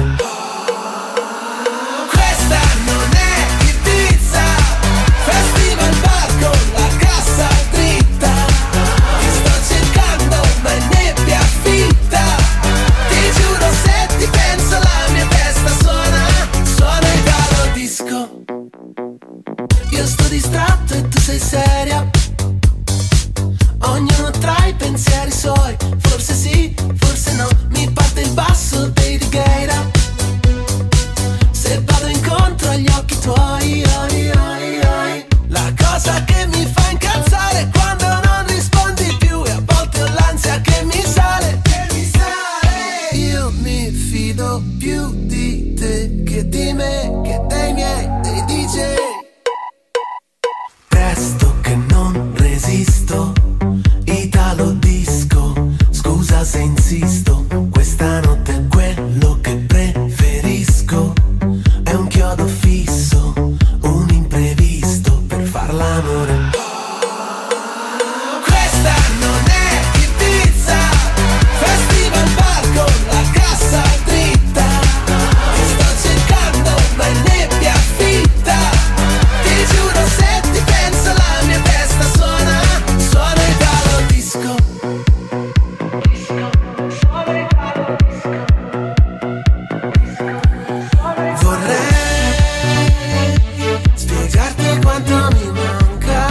Questa non è Ibiza, festival bar con la cassa dritta, ti sto cercando ma è nebbia fitta, ti giuro se ti penso la mia testa suona Italo Disco. Io sto distratto e tu sei seria, ognuno tra i pensieri suoi, forse sì, forse no, mi parte il basso dei Righeira, se vado incontro agli occhi tuoi, la cosa che mi fa incazzare è quando non rispondi più e a volte ho l'ansia che mi sale, Io mi fido più di te che di me, che dei miei, dei DJ. Presto che non resisto, Italo Disco, scusa se insisto, questa notte è quello che preferisco, è un chiodo fisso, un imprevisto per far l'amore. Questa non è Ibiza, festival bar con la cassa dritta, ti sto cercando ma è nebbia fitta, ti giuro se ti penso la mia testa suona Italo Disco. Vorrei spiegarti quanto mi manca,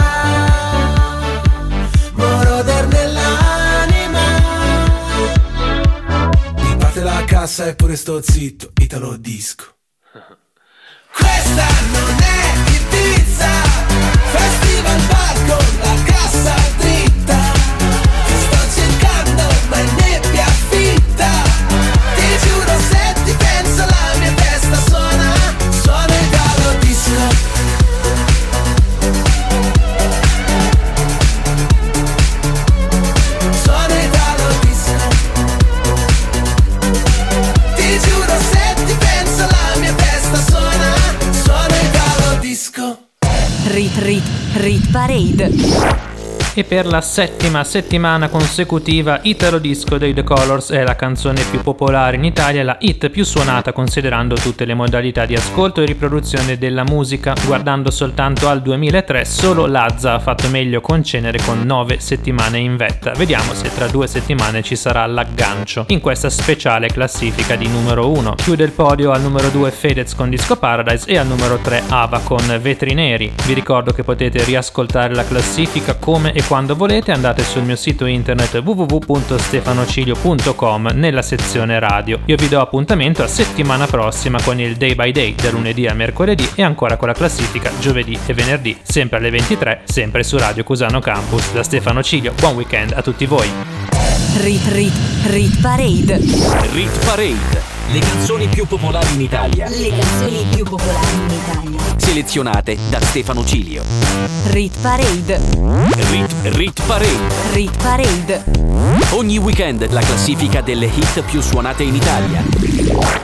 moroder nell'anima. Mi parte la cassa eppure sto zitto, Italo Disco. Questa non è Ibiza, festival bar con la cassa dritta, ti sto cercando ma è nebbia fitta, ti giuro se ti penso la mia testa suona Italo Disco. Suona Italo Disco, ti giuro se ti penso la mia testa suona Italo Disco. Rit Parade. E per la 7ª settimana consecutiva Italo Disco dei The Colors è la canzone più popolare in Italia, la hit più suonata considerando tutte le modalità di ascolto e riproduzione della musica. Guardando soltanto al 2003 solo Lazza ha fatto meglio con Cenere con 9 settimane in vetta. Vediamo se tra 2 settimane ci sarà l'aggancio in questa speciale classifica di numero 1. Chiude il podio al numero 2 Fedez con Disco Paradise e al numero 3 Ava con Vetri Neri. Vi ricordo che potete riascoltare la classifica come e quando volete, andate sul mio sito internet www.stefanocilio.com nella sezione radio. Io vi do appuntamento a settimana prossima con il Day by Day da lunedì a mercoledì e ancora con la classifica giovedì e venerdì, sempre alle 23, sempre su Radio Cusano Campus. Da Stefano Cilio, buon weekend a tutti voi. Rit Parade. Rit Parade. Le canzoni più popolari in Italia. Le canzoni più popolari in Italia. Selezionate da Stefano Cilio. Rit Parade. Rit Parade. Rit Parade. Ogni weekend la classifica delle hit più suonate in Italia.